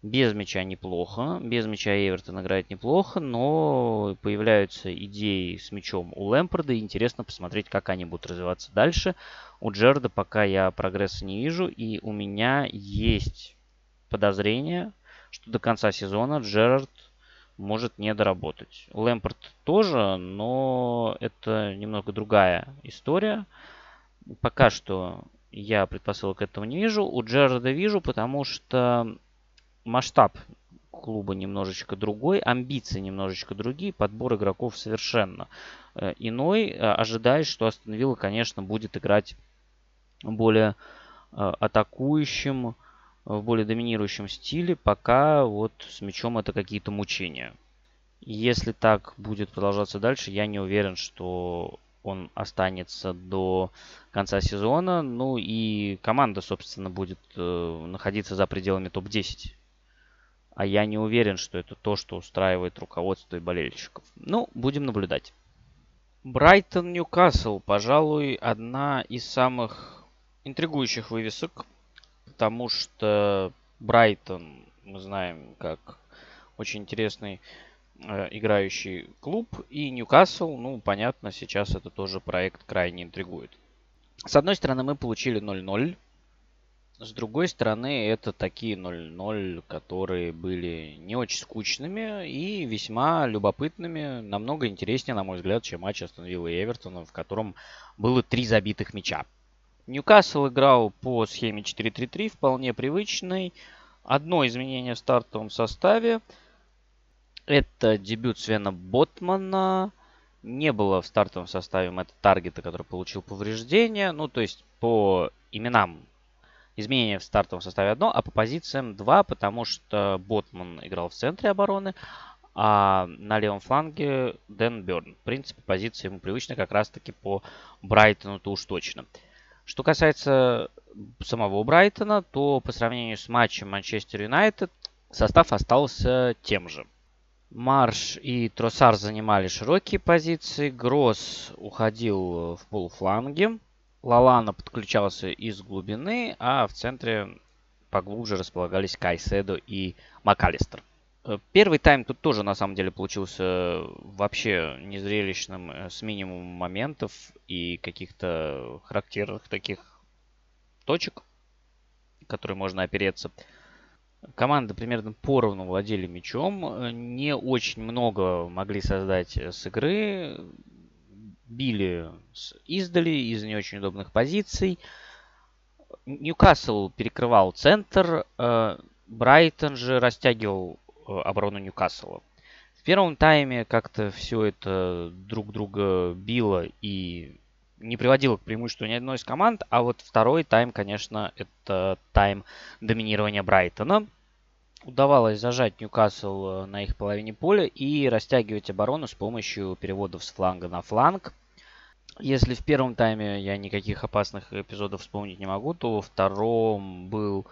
Без мяча неплохо, без мяча Эвертон играет неплохо, но появляются идеи с мячом у Лэмпарда, и интересно посмотреть, как они будут развиваться дальше. У Джерарда пока я прогресса не вижу, и у меня есть подозрение, что до конца сезона Джерард может не доработать. Лэмпард тоже, но это немного другая история. Пока что я предпосылок этого не вижу. У Джерарда вижу, потому что масштаб клуба немножечко другой, амбиции немножечко другие, подбор игроков совершенно э, иной. Э, ожидаешь, что Астон Вилла, конечно, будет играть более э, атакующим, в более доминирующем стиле, пока вот с мячом это какие-то мучения. Если так будет продолжаться дальше, я не уверен, что он останется до конца сезона. Ну и команда, собственно, будет э, находиться за пределами топ десять. А я не уверен, что это то, что устраивает руководство и болельщиков. Ну, будем наблюдать. Брайтон-Ньюкасл, пожалуй, одна из самых интригующих вывесок. Потому что Брайтон, мы знаем, как очень интересный э, играющий клуб. И Ньюкасл, ну, понятно, сейчас это тоже проект крайне интригует. С одной стороны, мы получили ноль ноль. С другой стороны, это такие ноль ноль, которые были не очень скучными и весьма любопытными. Намного интереснее, на мой взгляд, чем матч Астон Виллы и Эвертона, в котором было три забитых мяча. Ньюкасл играл по схеме четыре три три, вполне привычной. Одно изменение в стартовом составе. Это дебют Свена Ботмана. Не было в стартовом составе Мэтта Таргета, который получил повреждение. Ну, то есть по именам изменения в стартовом составе одно, а по позициям два, потому что Ботман играл в центре обороны, а на левом фланге Дэн Бёрн. В принципе, позиция ему привычна как раз-таки по Брайтону-то уж точно. Что касается самого Брайтона, то по сравнению с матчем Манчестер Юнайтед состав остался тем же. Марш и Тросар занимали широкие позиции, Гросс уходил в полуфланге, Лалана подключался из глубины, а в центре поглубже располагались Кайседо и МакАлистер. Первый тайм тут тоже, на самом деле, получился вообще незрелищным, с минимумом моментов и каких-то характерных таких точек, которые можно опереться. Команды примерно поровну владели мячом, не очень много могли создать с игры, били издали из не очень удобных позиций. Ньюкасл перекрывал центр, Брайтон же растягивал оборону Ньюкасла. В первом тайме как-то все это друг друга било и не приводило к преимуществу ни одной из команд. А вот второй тайм, конечно, это тайм доминирования Брайтона. Удавалось зажать Ньюкасл на их половине поля и растягивать оборону с помощью переводов с фланга на фланг. Если в первом тайме я никаких опасных эпизодов вспомнить не могу, то во втором был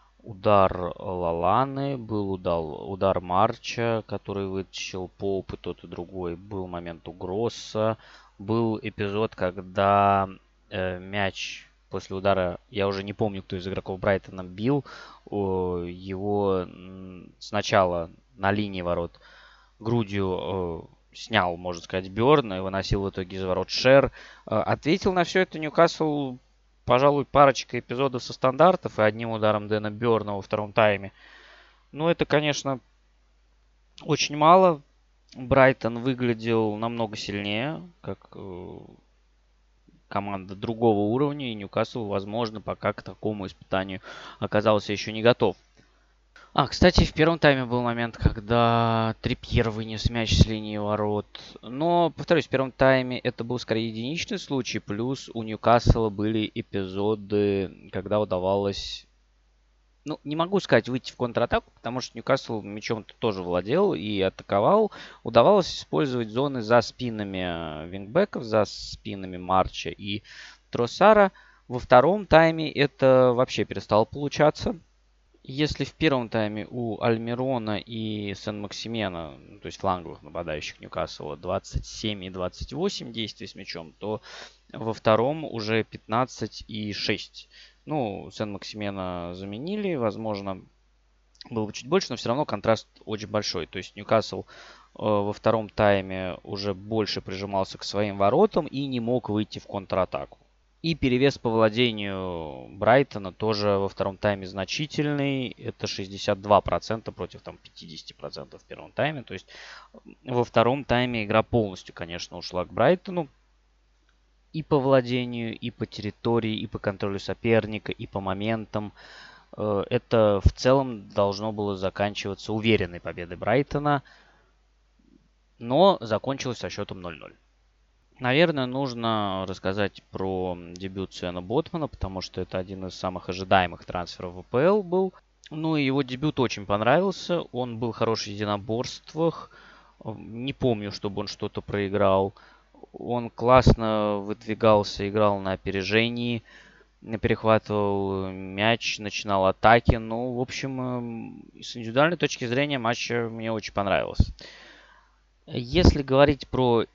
удар Лаланы, был удар, удар Марча, который вытащил Поуп и тот и другой. Был момент у Гросса. Был эпизод, когда э, мяч после удара, я уже не помню, кто из игроков Брайтона бил, о, его сначала на линии ворот грудью э, снял, можно сказать, Бёрн и выносил в итоге из ворот Шер. Э, ответил на все это Ньюкасл, пожалуй, парочка эпизодов со стандартов и одним ударом Дэна Бёрна во втором тайме. Ну, это, конечно, очень мало. Брайтон выглядел намного сильнее, как э, команда другого уровня, и Ньюкасл, возможно, пока к такому испытанию оказался еще не готов. А, кстати, в первом тайме был момент, когда Трипьер вынес мяч с линии ворот. Но, повторюсь, в первом тайме это был скорее единичный случай. Плюс у Ньюкасла были эпизоды, когда удавалось... Ну, не могу сказать выйти в контратаку, потому что Ньюкасл мячом тоже владел и атаковал. Удавалось использовать зоны за спинами вингбеков, за спинами Марча и Тросара. Во втором тайме это вообще перестало получаться. Если в первом тайме у Альмирона и Сен-Максимена, то есть фланговых нападающих Ньюкасла, двадцать семь и двадцать восемь действий с мячом, то во втором уже пятнадцать и шесть. Ну, Сен-Максимена заменили, возможно, было бы чуть больше, но все равно контраст очень большой. То есть Ньюкасл э, во втором тайме уже больше прижимался к своим воротам и не мог выйти в контратаку. И перевес по владению Брайтона тоже во втором тайме значительный. Это шестьдесят два процента против там, пятьдесят процентов в первом тайме. То есть во втором тайме игра полностью, конечно, ушла к Брайтону. И по владению, и по территории, и по контролю соперника, и по моментам. Это в целом должно было заканчиваться уверенной победой Брайтона. Но закончилось со счетом ноль ноль. Наверное, нужно рассказать про дебют Сэна Ботмана, потому что это один из самых ожидаемых трансферов в АПЛ был. Ну и его дебют очень понравился. Он был хорош в единоборствах. Не помню, чтобы он что-то проиграл. Он классно выдвигался, играл на опережении, перехватывал мяч, начинал атаки. Ну, в общем, с индивидуальной точки зрения матч мне очень понравился. Если говорить про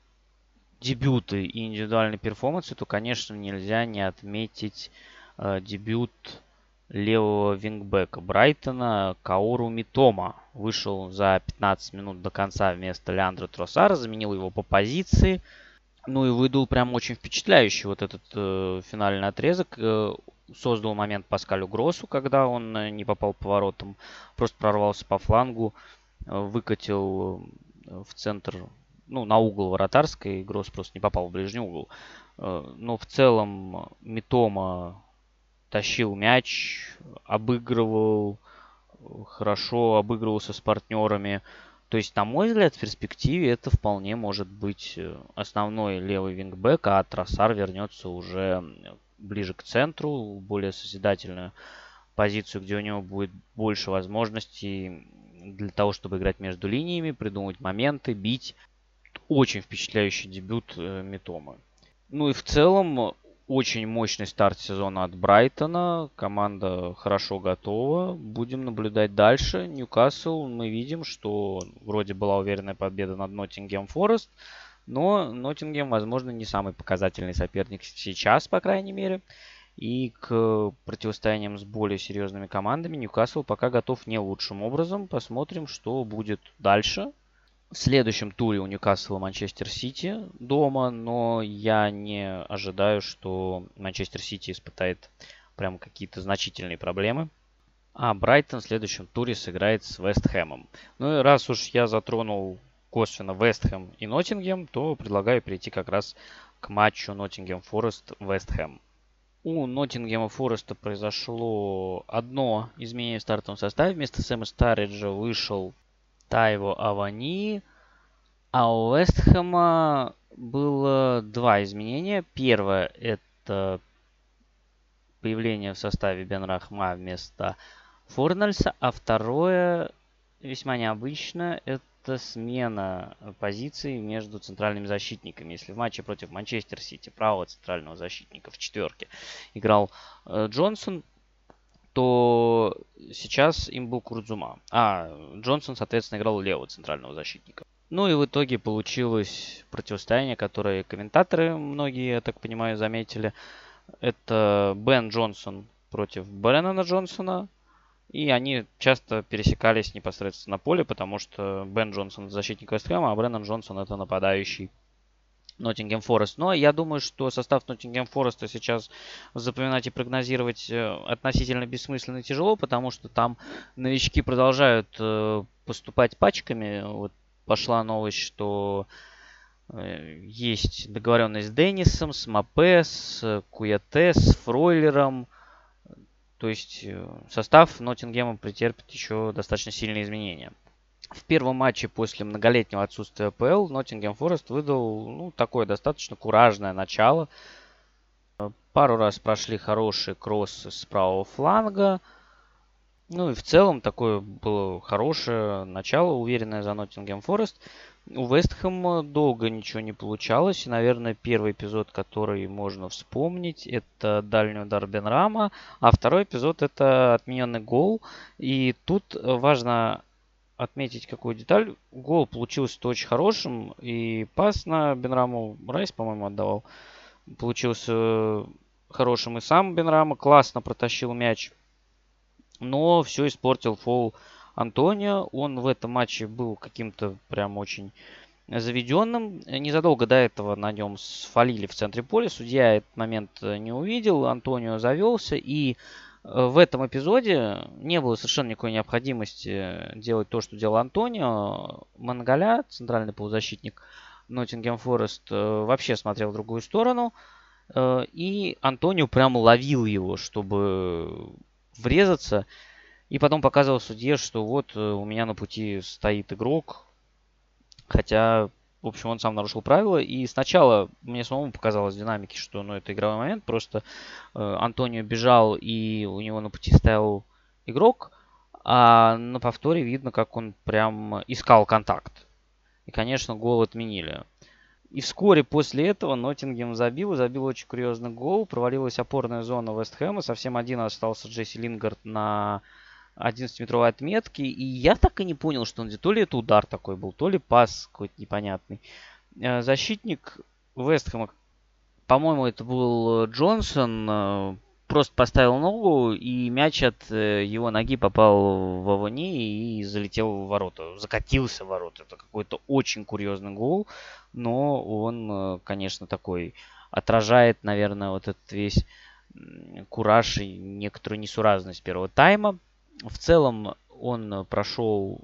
дебюты и индивидуальные перформансы, то, конечно, нельзя не отметить э, дебют левого вингбека Брайтона Каору Митома. Вышел за пятнадцать минут до конца вместо Леандро Тросара, заменил его по позиции. Ну и выдал прям очень впечатляющий вот этот э, финальный отрезок. Э, создал момент Паскалю Гроссу, когда он э, не попал по воротам, просто прорвался по флангу, э, выкатил э, в центр, ну, на угол вратарской. Гросс просто не попал в ближний угол. Э, но в целом Митома тащил мяч, обыгрывал, хорошо обыгрывался с партнерами. То есть, на мой взгляд, в перспективе это вполне может быть основной левый вингбэк, а Тросар вернется уже ближе к центру, в более созидательную позицию, где у него будет больше возможностей для того, чтобы играть между линиями, придумывать моменты, бить. Очень впечатляющий дебют Митомы. Ну и в целом очень мощный старт сезона от Брайтона. Команда хорошо готова. Будем наблюдать дальше. Ньюкасл, мы видим, что вроде была уверенная победа над Ноттингем Форест. Но Ноттингем, возможно, не самый показательный соперник сейчас, по крайней мере. И к противостояниям с более серьезными командами Ньюкасл пока готов не лучшим образом. Посмотрим, что будет дальше. В следующем туре у Ньюкасла Манчестер Сити дома, но я не ожидаю, что Манчестер Сити испытает прям какие-то значительные проблемы. А Брайтон в следующем туре сыграет с Вест Хэмом. Ну и раз уж я затронул косвенно Вест Хэм и Ноттингем, то предлагаю перейти как раз к матчу Ноттингем Форест Вест Хэм. У Ноттингема Фореста произошло одно изменение в стартовом составе. Вместо Сэма Старриджа вышел Тайво Авани, а у Вестхэма было два изменения. Первое – это появление в составе Бен Рахма вместо Форнальса, а второе, весьма необычно, это смена позиций между центральными защитниками. Если в матче против Манчестер Сити правого центрального защитника в четверке играл э, Джонсон, то сейчас им был Курдзума. А Джонсон, соответственно, играл левого центрального защитника. Ну и в итоге получилось противостояние, которое комментаторы многие, я так понимаю, заметили. Это Бен Джонсон против Бреннана Джонсона. И они часто пересекались непосредственно на поле, потому что Бен Джонсон защитник Вест Хэма, а Бреннан Джонсон это нападающий Ноттингем Форест. Но я думаю, что состав Ноттингем Фореста сейчас запоминать и прогнозировать относительно бессмысленно и тяжело, потому что там новички продолжают поступать пачками. Вот пошла новость, что есть договоренность с Деннисом, с Мапе, с Куяте, с Фройлером. То есть состав Ноттингема претерпит еще достаточно сильные изменения. В первом матче после многолетнего отсутствия АПЛ Ноттингем Форест выдал ну, такое достаточно куражное начало. Пару раз прошли хорошие кроссы с правого фланга. Ну и в целом такое было хорошее начало, уверенное за Ноттингем Форест. У Вест Хэма долго ничего не получалось. И, наверное, первый эпизод, который можно вспомнить, это дальний удар Бенрама. А второй эпизод это отмененный гол. И тут важно отметить какую деталь. Гол получился очень хорошим. И пас на Бенраму Райс, по-моему, отдавал. Получился хорошим и сам Бенрама. Классно протащил мяч. Но все испортил фол Антонио. Он в этом матче был каким-то прям очень заведенным. Незадолго до этого на нем сфалили в центре поля. Судья этот момент не увидел. Антонио завелся. И в этом эпизоде не было совершенно никакой необходимости делать то, что делал Антонио. Мангаля, центральный полузащитник Ноттингем Форест, вообще смотрел в другую сторону. И Антонио прям ловил его, чтобы врезаться. И потом показывал судье, что вот у меня на пути стоит игрок. Хотя, в общем, он сам нарушил правила. И сначала мне самому показалось в динамике, что ну, это игровой момент. Просто э, Антонио бежал, и у него на пути стоял игрок. А на повторе видно, как он прям искал контакт. И, конечно, гол отменили. И вскоре после этого Ноттингем забил. Забил очень курьезный гол. Провалилась опорная зона Вест Хэма. Совсем один остался Джесси Лингард на одиннадцатиметровой отметки. И я так и не понял, что он то ли это удар такой был, то ли пас какой-то непонятный. Защитник Вест Хэма, по-моему, это был Джонсон, просто поставил ногу, и мяч от его ноги попал в Авони и залетел в ворота. Закатился в ворота. Это какой-то очень курьезный гол. Но он, конечно, такой отражает, наверное, вот этот весь кураж и некоторую несуразность первого тайма. В целом он прошел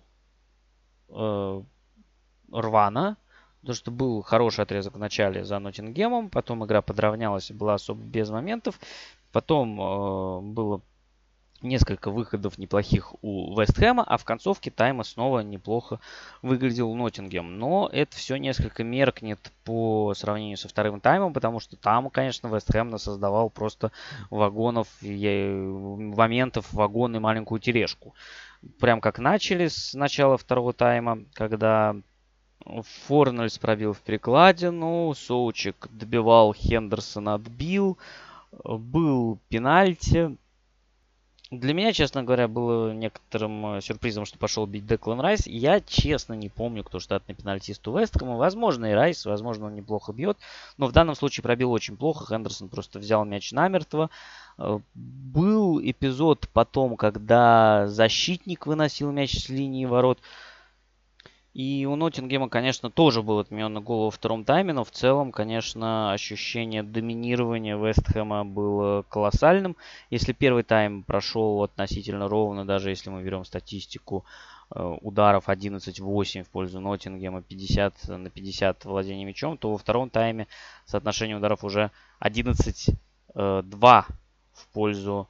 э, рвано, потому что был хороший отрезок в начале за Ноттингемом, потом игра подравнялась и была особо без моментов, потом э, было несколько выходов неплохих у Вест Хэма, а в концовке тайма снова неплохо выглядел Ноттингем. Но это все несколько меркнет по сравнению со вторым таймом, потому что там, конечно, Вест Хэм создавал просто вагонов, моментов, вагон и маленькую тележку. Прям как начали с начала второго тайма, когда Форнельс пробил в перекладину, Соучек добивал, Хендерсон отбил, был пенальти. Для меня, честно говоря, было некоторым сюрпризом, что пошел бить Деклан Райс. Я, честно, не помню, кто штатный пенальтист у Вест Хэма. Возможно, и Райс, возможно, он неплохо бьет. Но в данном случае пробил очень плохо. Хендерсон просто взял мяч намертво. Был эпизод потом, когда защитник выносил мяч с линии ворот. И у Ноттингема, конечно, тоже был отменен гол во втором тайме, но в целом, конечно, ощущение доминирования Вест Хэма было колоссальным. Если первый тайм прошел относительно ровно, даже если мы берем статистику э, ударов одиннадцать восемь в пользу Ноттингема, пятьдесят на пятьдесят владения мячом, то во втором тайме соотношение ударов уже одиннадцать два в пользу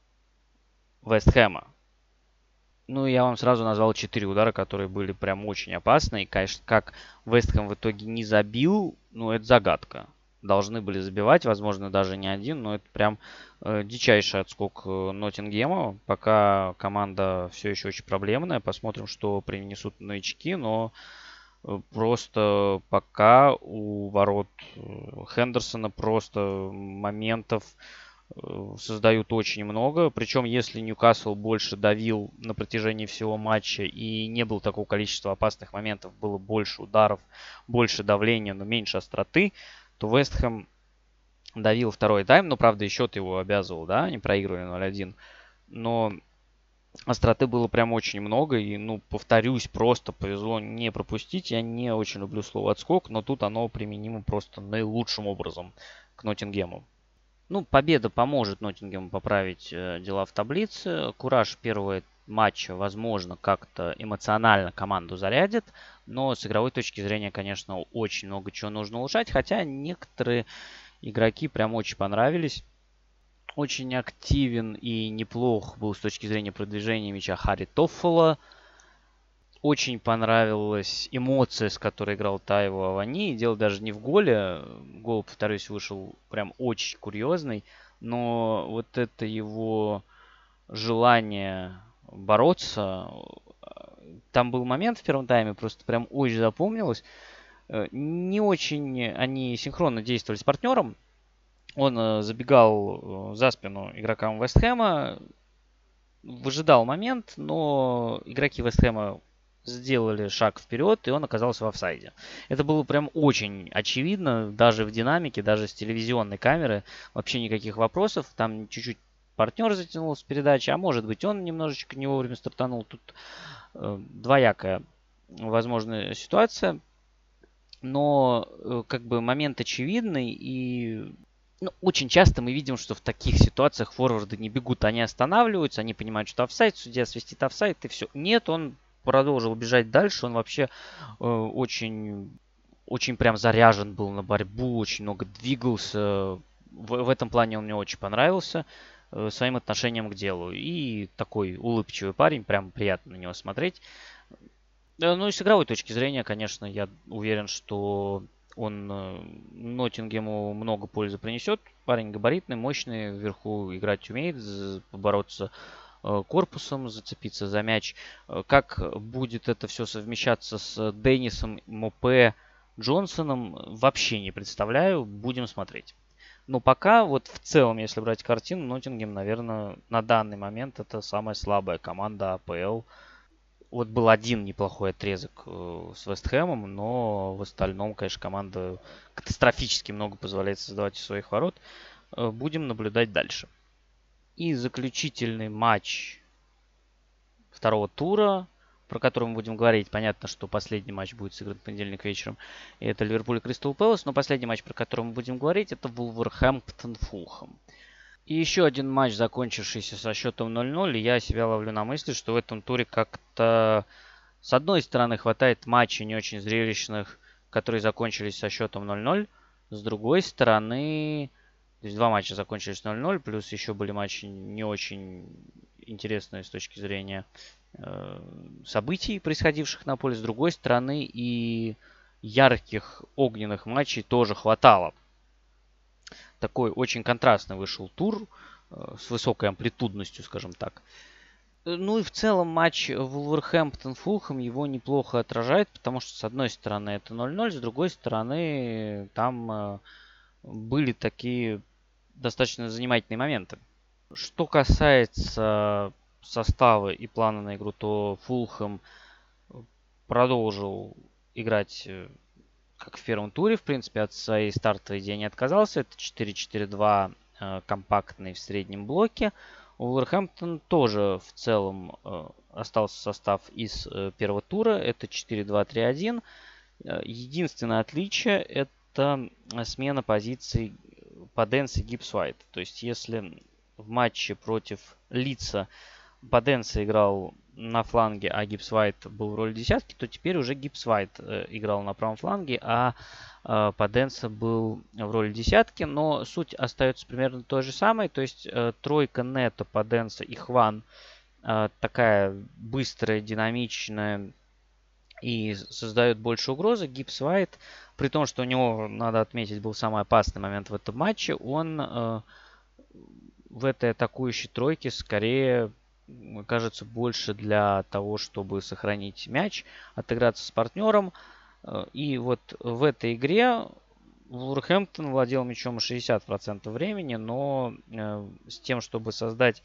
Вест Хэма. Ну, я вам сразу назвал четыре удара, которые были прям очень опасны. И, конечно, как Вест Хэм в итоге не забил, ну, это загадка. Должны были забивать, возможно, даже не один, но это прям э, дичайший отскок Ноттингема. Пока команда все еще очень проблемная. Посмотрим, что принесут новички, но э, просто пока у ворот Хендерсона просто моментов создают очень много. Причем, если Ньюкасл больше давил на протяжении всего матча и не было такого количества опасных моментов, было больше ударов, больше давления, но меньше остроты, то Вест Хэм давил второй тайм. Ну, правда, и счет его обязывал, да, они проигрывали ноль один. Но остроты было прям очень много. И, ну, повторюсь, просто повезло не пропустить. Я не очень люблю слово отскок, но тут оно применимо просто наилучшим образом к Ноттингему. Ну, победа поможет Ноттингему поправить э, дела в таблице. Кураж первого матча, возможно, как-то эмоционально команду зарядит. Но с игровой точки зрения, конечно, очень много чего нужно улучшать. Хотя некоторые игроки прям очень понравились. Очень активен и неплох был с точки зрения продвижения мяча Харри Тоффола. Очень понравилась эмоция, с которой играл Тайво Авани. Дело даже не в голе. Гол, повторюсь, вышел прям очень курьезный. Но вот это его желание бороться. Там был момент в первом тайме, просто прям очень запомнилось. Не очень они синхронно действовали с партнером. Он забегал за спину игрокам Вест Хэма. Выжидал момент, но игроки Вест Хэма сделали шаг вперед, и он оказался в офсайде. Это было прям очень очевидно, даже в динамике, даже с телевизионной камеры. Вообще никаких вопросов. Там чуть-чуть партнер затянул с передачи, а может быть он немножечко не вовремя стартанул. Тут э, двоякая возможная ситуация. Но э, как бы момент очевидный, и ну, очень часто мы видим, что в таких ситуациях форварды не бегут, они останавливаются, они понимают, что офсайд, судья свистит офсайд, и все. Нет, он продолжил бежать дальше, он вообще э, очень, очень прям заряжен был на борьбу, очень много двигался. В, в этом плане он мне очень понравился э, своим отношением к делу. И такой улыбчивый парень, прям приятно на него смотреть. Да, ну и с игровой точки зрения, конечно, я уверен, что он э, Ноттингему много пользы принесет. Парень габаритный, мощный, вверху играть умеет, з- побороться э, корпусом, зацепиться за мяч. Э, Как будет это все совмещаться с Деннисом, Мопе, Джонсоном, вообще не представляю. Будем смотреть. Но пока, вот в целом, если брать картину, Ноттингем, наверное, на данный момент это самая слабая команда АПЛ. Вот был один неплохой отрезок э, с Вест Хэмом, но в остальном, конечно, команда катастрофически много позволяет создавать из своих ворот. Э, будем наблюдать дальше. И заключительный матч второго тура, про который мы будем говорить. Понятно, что последний матч будет сыгран в понедельник вечером. И это Ливерпуль и Кристал Пэлас. Но последний матч, про который мы будем говорить, это Вулверхэмптон-Фулхэм. И еще один матч, закончившийся со счетом ноль ноль. И я себя ловлю на мысли, что в этом туре как-то с одной стороны хватает матчей не очень зрелищных, которые закончились со счетом ноль ноль. С другой стороны, то есть два матча закончились ноль ноль, плюс еще были матчи не очень интересные с точки зрения э, событий, происходивших на поле. С другой стороны, и ярких огненных матчей тоже хватало. Такой очень контрастный вышел тур э, с высокой амплитудностью, скажем так. Ну и в целом матч Вулверхэмптон-Фулхэм его неплохо отражает, потому что с одной стороны это ноль ноль, с другой стороны там э, были такие достаточно занимательные моменты. Что касается состава и плана на игру, то Фулхэм продолжил играть э, как в первом туре, в принципе, от своей стартовой идеи не отказался. Это четыре четыре два э, компактный в среднем блоке. У Вулверхэмптон тоже в целом э, остался состав из э, первого тура. Это четыре два три один. Э, единственное отличие это смена позиций Паденс и Гибс Уайт. То есть если в матче против Лидса Паденс играл на фланге, а Гибс Уайт был в роли десятки, то теперь уже Гибс Уайт э, играл на правом фланге, а э, Паденса был в роли десятки. Но суть остается примерно той же самой. То есть э, тройка Нето, Паденса и Хван э, такая быстрая, динамичная и создает больше угрозы. Гибс Уайт, при том, что у него, надо отметить, был самый опасный момент в этом матче, он э, в этой атакующей тройке скорее кажется больше для того, чтобы сохранить мяч, отыграться с партнером. И вот в этой игре Вулверхэмптон владел мячом шестьдесят процентов времени, но э, с тем, чтобы создать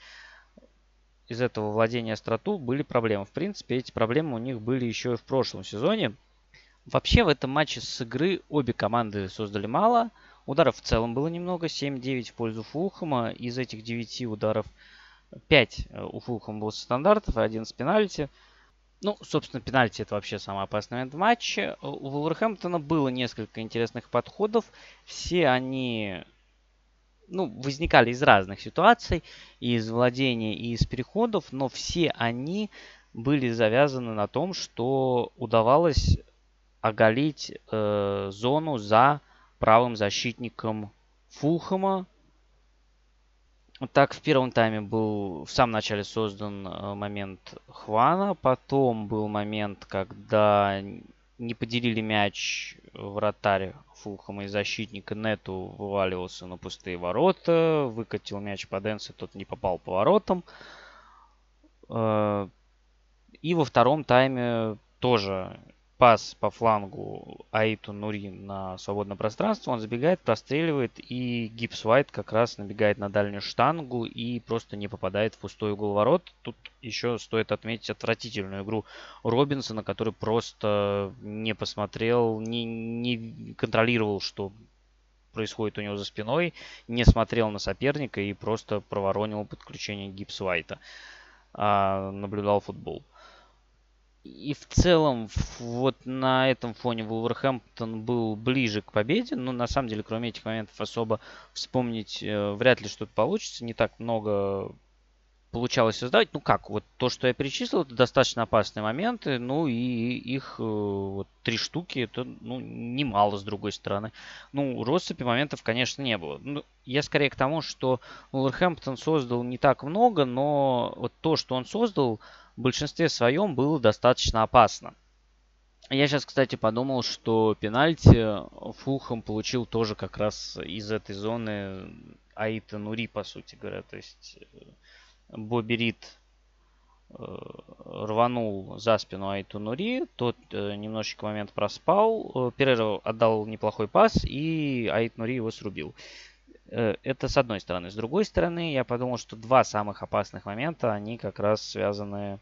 из этого владения остроту, были проблемы. В принципе, эти проблемы у них были еще и в прошлом сезоне. Вообще в этом матче с игры обе команды создали мало. Ударов в целом было немного, семь девять в пользу Фулхэма. Из этих девяти ударов пять у Фулхэма было со стандартов и один с пенальти. Ну, собственно, пенальти это вообще самый опасный момент в матче. У Вулверхэмптона было несколько интересных подходов. Все они ну, возникали из разных ситуаций, и из владения, и из переходов, но все они были завязаны на том, что удавалось оголить э, зону за правым защитником Фулхэма. Так, в первом тайме был в самом начале создан э, момент Хвана, потом был момент, когда не поделили мяч вратарь Фулхэма и защитника Нету вываливался на пустые ворота, выкатил мяч по Денсу, тот не попал по воротам. Э, и во втором тайме тоже пас по флангу Аиту Нури на свободное пространство. Он забегает, простреливает, и Гибс Уайт как раз набегает на дальнюю штангу и просто не попадает в пустой угол ворот. Тут еще стоит отметить отвратительную игру Робинсона, который просто не посмотрел, не, не контролировал, что происходит у него за спиной, не смотрел на соперника и просто проворонил подключение Гибс Уайта, а наблюдал футбол. И в целом, вот на этом фоне Вулверхэмптон был ближе к победе. Но на самом деле, кроме этих моментов, особо вспомнить э, вряд ли что-то получится. Не так много получалось создавать. Ну как, вот то, что я перечислил, это достаточно опасные моменты. Ну и их э, вот три штуки, это ну, немало с другой стороны. Ну, россыпи моментов, конечно, не было. Ну, я скорее к тому, что Вулверхэмптон создал не так много, но вот то, что он создал, в большинстве своем было достаточно опасно. Я сейчас, кстати, подумал, что пенальти Фулхэм получил тоже как раз из этой зоны Аита Нури, по сути говоря. То есть Бобби Рид рванул за спину Аиту Нури, тот немножечко момент проспал, Перейра отдал неплохой пас, и Аит Нури его срубил. Это с одной стороны. С другой стороны, я подумал, что два самых опасных момента, они как раз связаны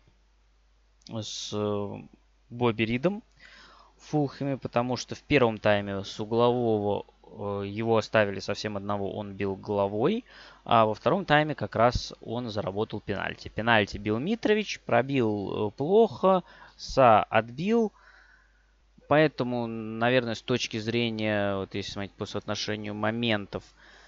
с Бобби Ридом в Фулхэме, потому что в первом тайме с углового его оставили совсем одного, он бил головой, а во втором тайме как раз он заработал пенальти. Пенальти бил Митрович, пробил плохо, Са отбил, поэтому, наверное, с точки зрения, вот если смотреть по соотношению моментов,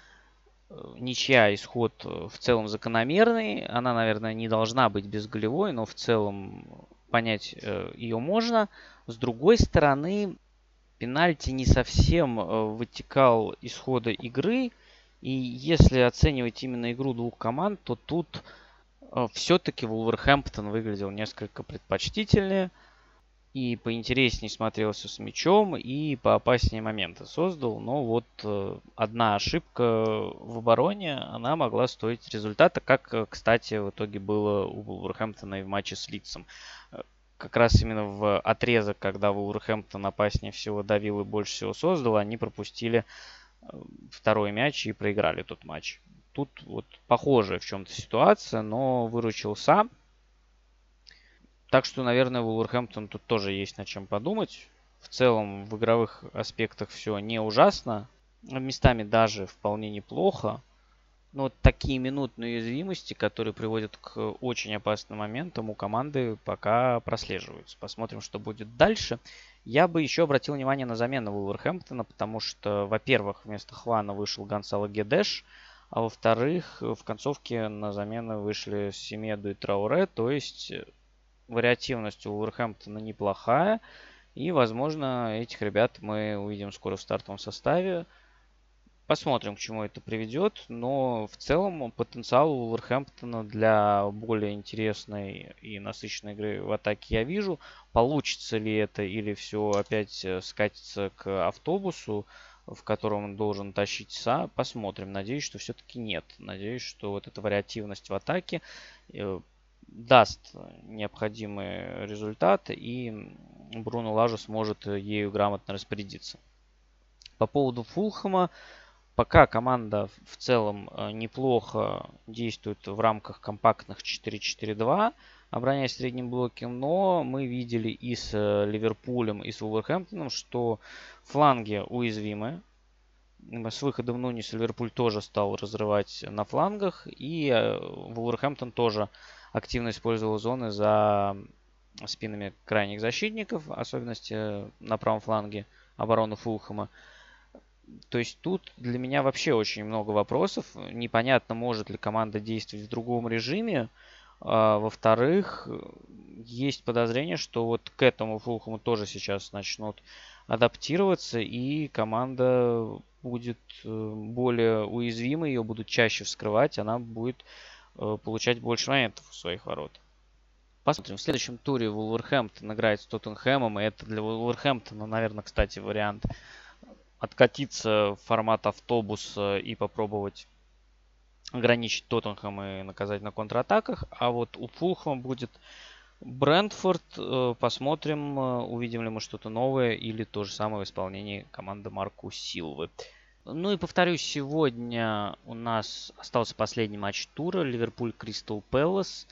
ничья исход в целом закономерный. Она, наверное, не должна быть безголевой, но в целом понять ее можно. С другой стороны, пенальти не совсем вытекал исхода игры. И если оценивать именно игру двух команд, то тут все-таки Вулверхэмптон выглядел несколько предпочтительнее. И поинтереснее смотрелся с мячом, и поопаснее моменты создал. Но вот э, одна ошибка в обороне, она могла стоить результата, как, кстати, в итоге было у Вулверхэмптона и в матче с Лидсом. Как раз именно в отрезок, когда Вулверхэмптон опаснее всего давил и больше всего создал, они пропустили второй мяч и проиграли тот матч. Тут вот похожая в чем-то ситуация, но выручил Са. Так что, наверное, Вулверхэмптон тут тоже есть над чем подумать. В целом, в игровых аспектах все не ужасно. Местами даже вполне неплохо. Но вот такие минутные уязвимости, которые приводят к очень опасным моментам, у команды пока прослеживаются. Посмотрим, что будет дальше. Я бы еще обратил внимание на замену Вулверхэмптона, потому что, во-первых, вместо Хвана вышел Гонсало Гедеш, а во-вторых, в концовке на замену вышли Семеду и Трауре, то есть вариативность у Вулверхэмптона неплохая. И, возможно, этих ребят мы увидим скоро в стартовом составе. Посмотрим, к чему это приведет. Но в целом потенциал у Вулверхэмптона для более интересной и насыщенной игры в атаке я вижу. Получится ли это или все опять скатится к автобусу, в котором он должен тащить Са, посмотрим. Надеюсь, что все-таки нет. Надеюсь, что вот эта вариативность в атаке даст необходимый результат, и Бруно Лажа сможет ею грамотно распорядиться. По поводу Фулхэма, пока команда в целом неплохо действует в рамках компактных четыре четыре два, обороняясь в среднем блоке, но мы видели и с Ливерпулем, и с Вулверхэмптоном, что фланги уязвимы. С выходом Нунеса Ливерпуль тоже стал разрывать на флангах, и Вулверхэмптон тоже активно использовал зоны за спинами крайних защитников, в особенности на правом фланге обороны Фулхэма. То есть тут для меня вообще очень много вопросов. Непонятно, может ли команда действовать в другом режиме. А, во-вторых, есть подозрение, что вот к этому Фулхэму тоже сейчас начнут адаптироваться, и команда будет более уязвимой, ее будут чаще вскрывать, она будет получать больше моментов у своих ворот. Посмотрим. В следующем туре Вулверхэмптон играет с Тоттенхэмом, и это для Вулверхэмптона, наверное, кстати, вариант откатиться в формат автобуса и попробовать ограничить Тоттенхэм и наказать на контратаках. А вот у Фулхэма будет Брентфорд. Посмотрим, увидим ли мы что-то новое или то же самое в исполнении команды Марко Силвы. Ну и повторюсь, сегодня у нас остался последний матч тура. Ливерпуль Кристал Пэлас.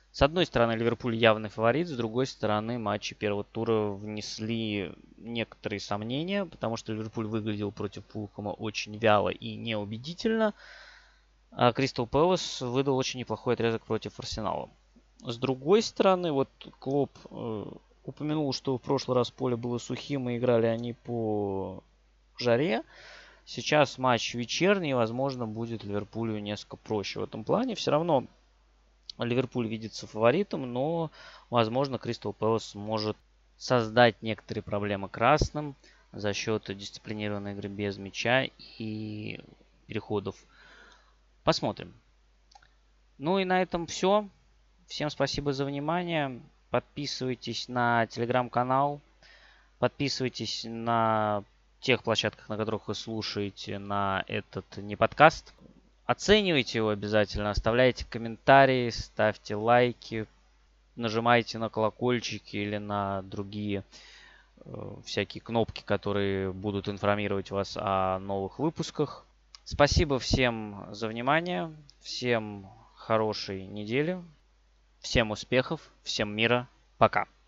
С одной стороны, Ливерпуль явный фаворит, с другой стороны, матчи первого тура внесли некоторые сомнения, потому что Ливерпуль выглядел против Фулхэма очень вяло и неубедительно, а Кристал Пэлас выдал очень неплохой отрезок против Арсенала. С другой стороны, вот Клоп э, упомянул, что в прошлый раз поле было сухим и играли они по жаре. Сейчас матч вечерний, возможно, будет Ливерпулю несколько проще в этом плане. Все равно Ливерпуль видится фаворитом, но, возможно, Кристал Пэлас может создать некоторые проблемы красным за счет дисциплинированной игры без мяча и переходов. Посмотрим. Ну и на этом все. Всем спасибо за внимание. Подписывайтесь на телеграм-канал. Подписывайтесь на тех площадках, на которых вы слушаете на этот не подкаст. Оценивайте его обязательно, оставляйте комментарии, ставьте лайки, нажимайте на колокольчики или на другие э, всякие кнопки, которые будут информировать вас о новых выпусках. Спасибо всем за внимание, всем хорошей недели, всем успехов, всем мира, пока.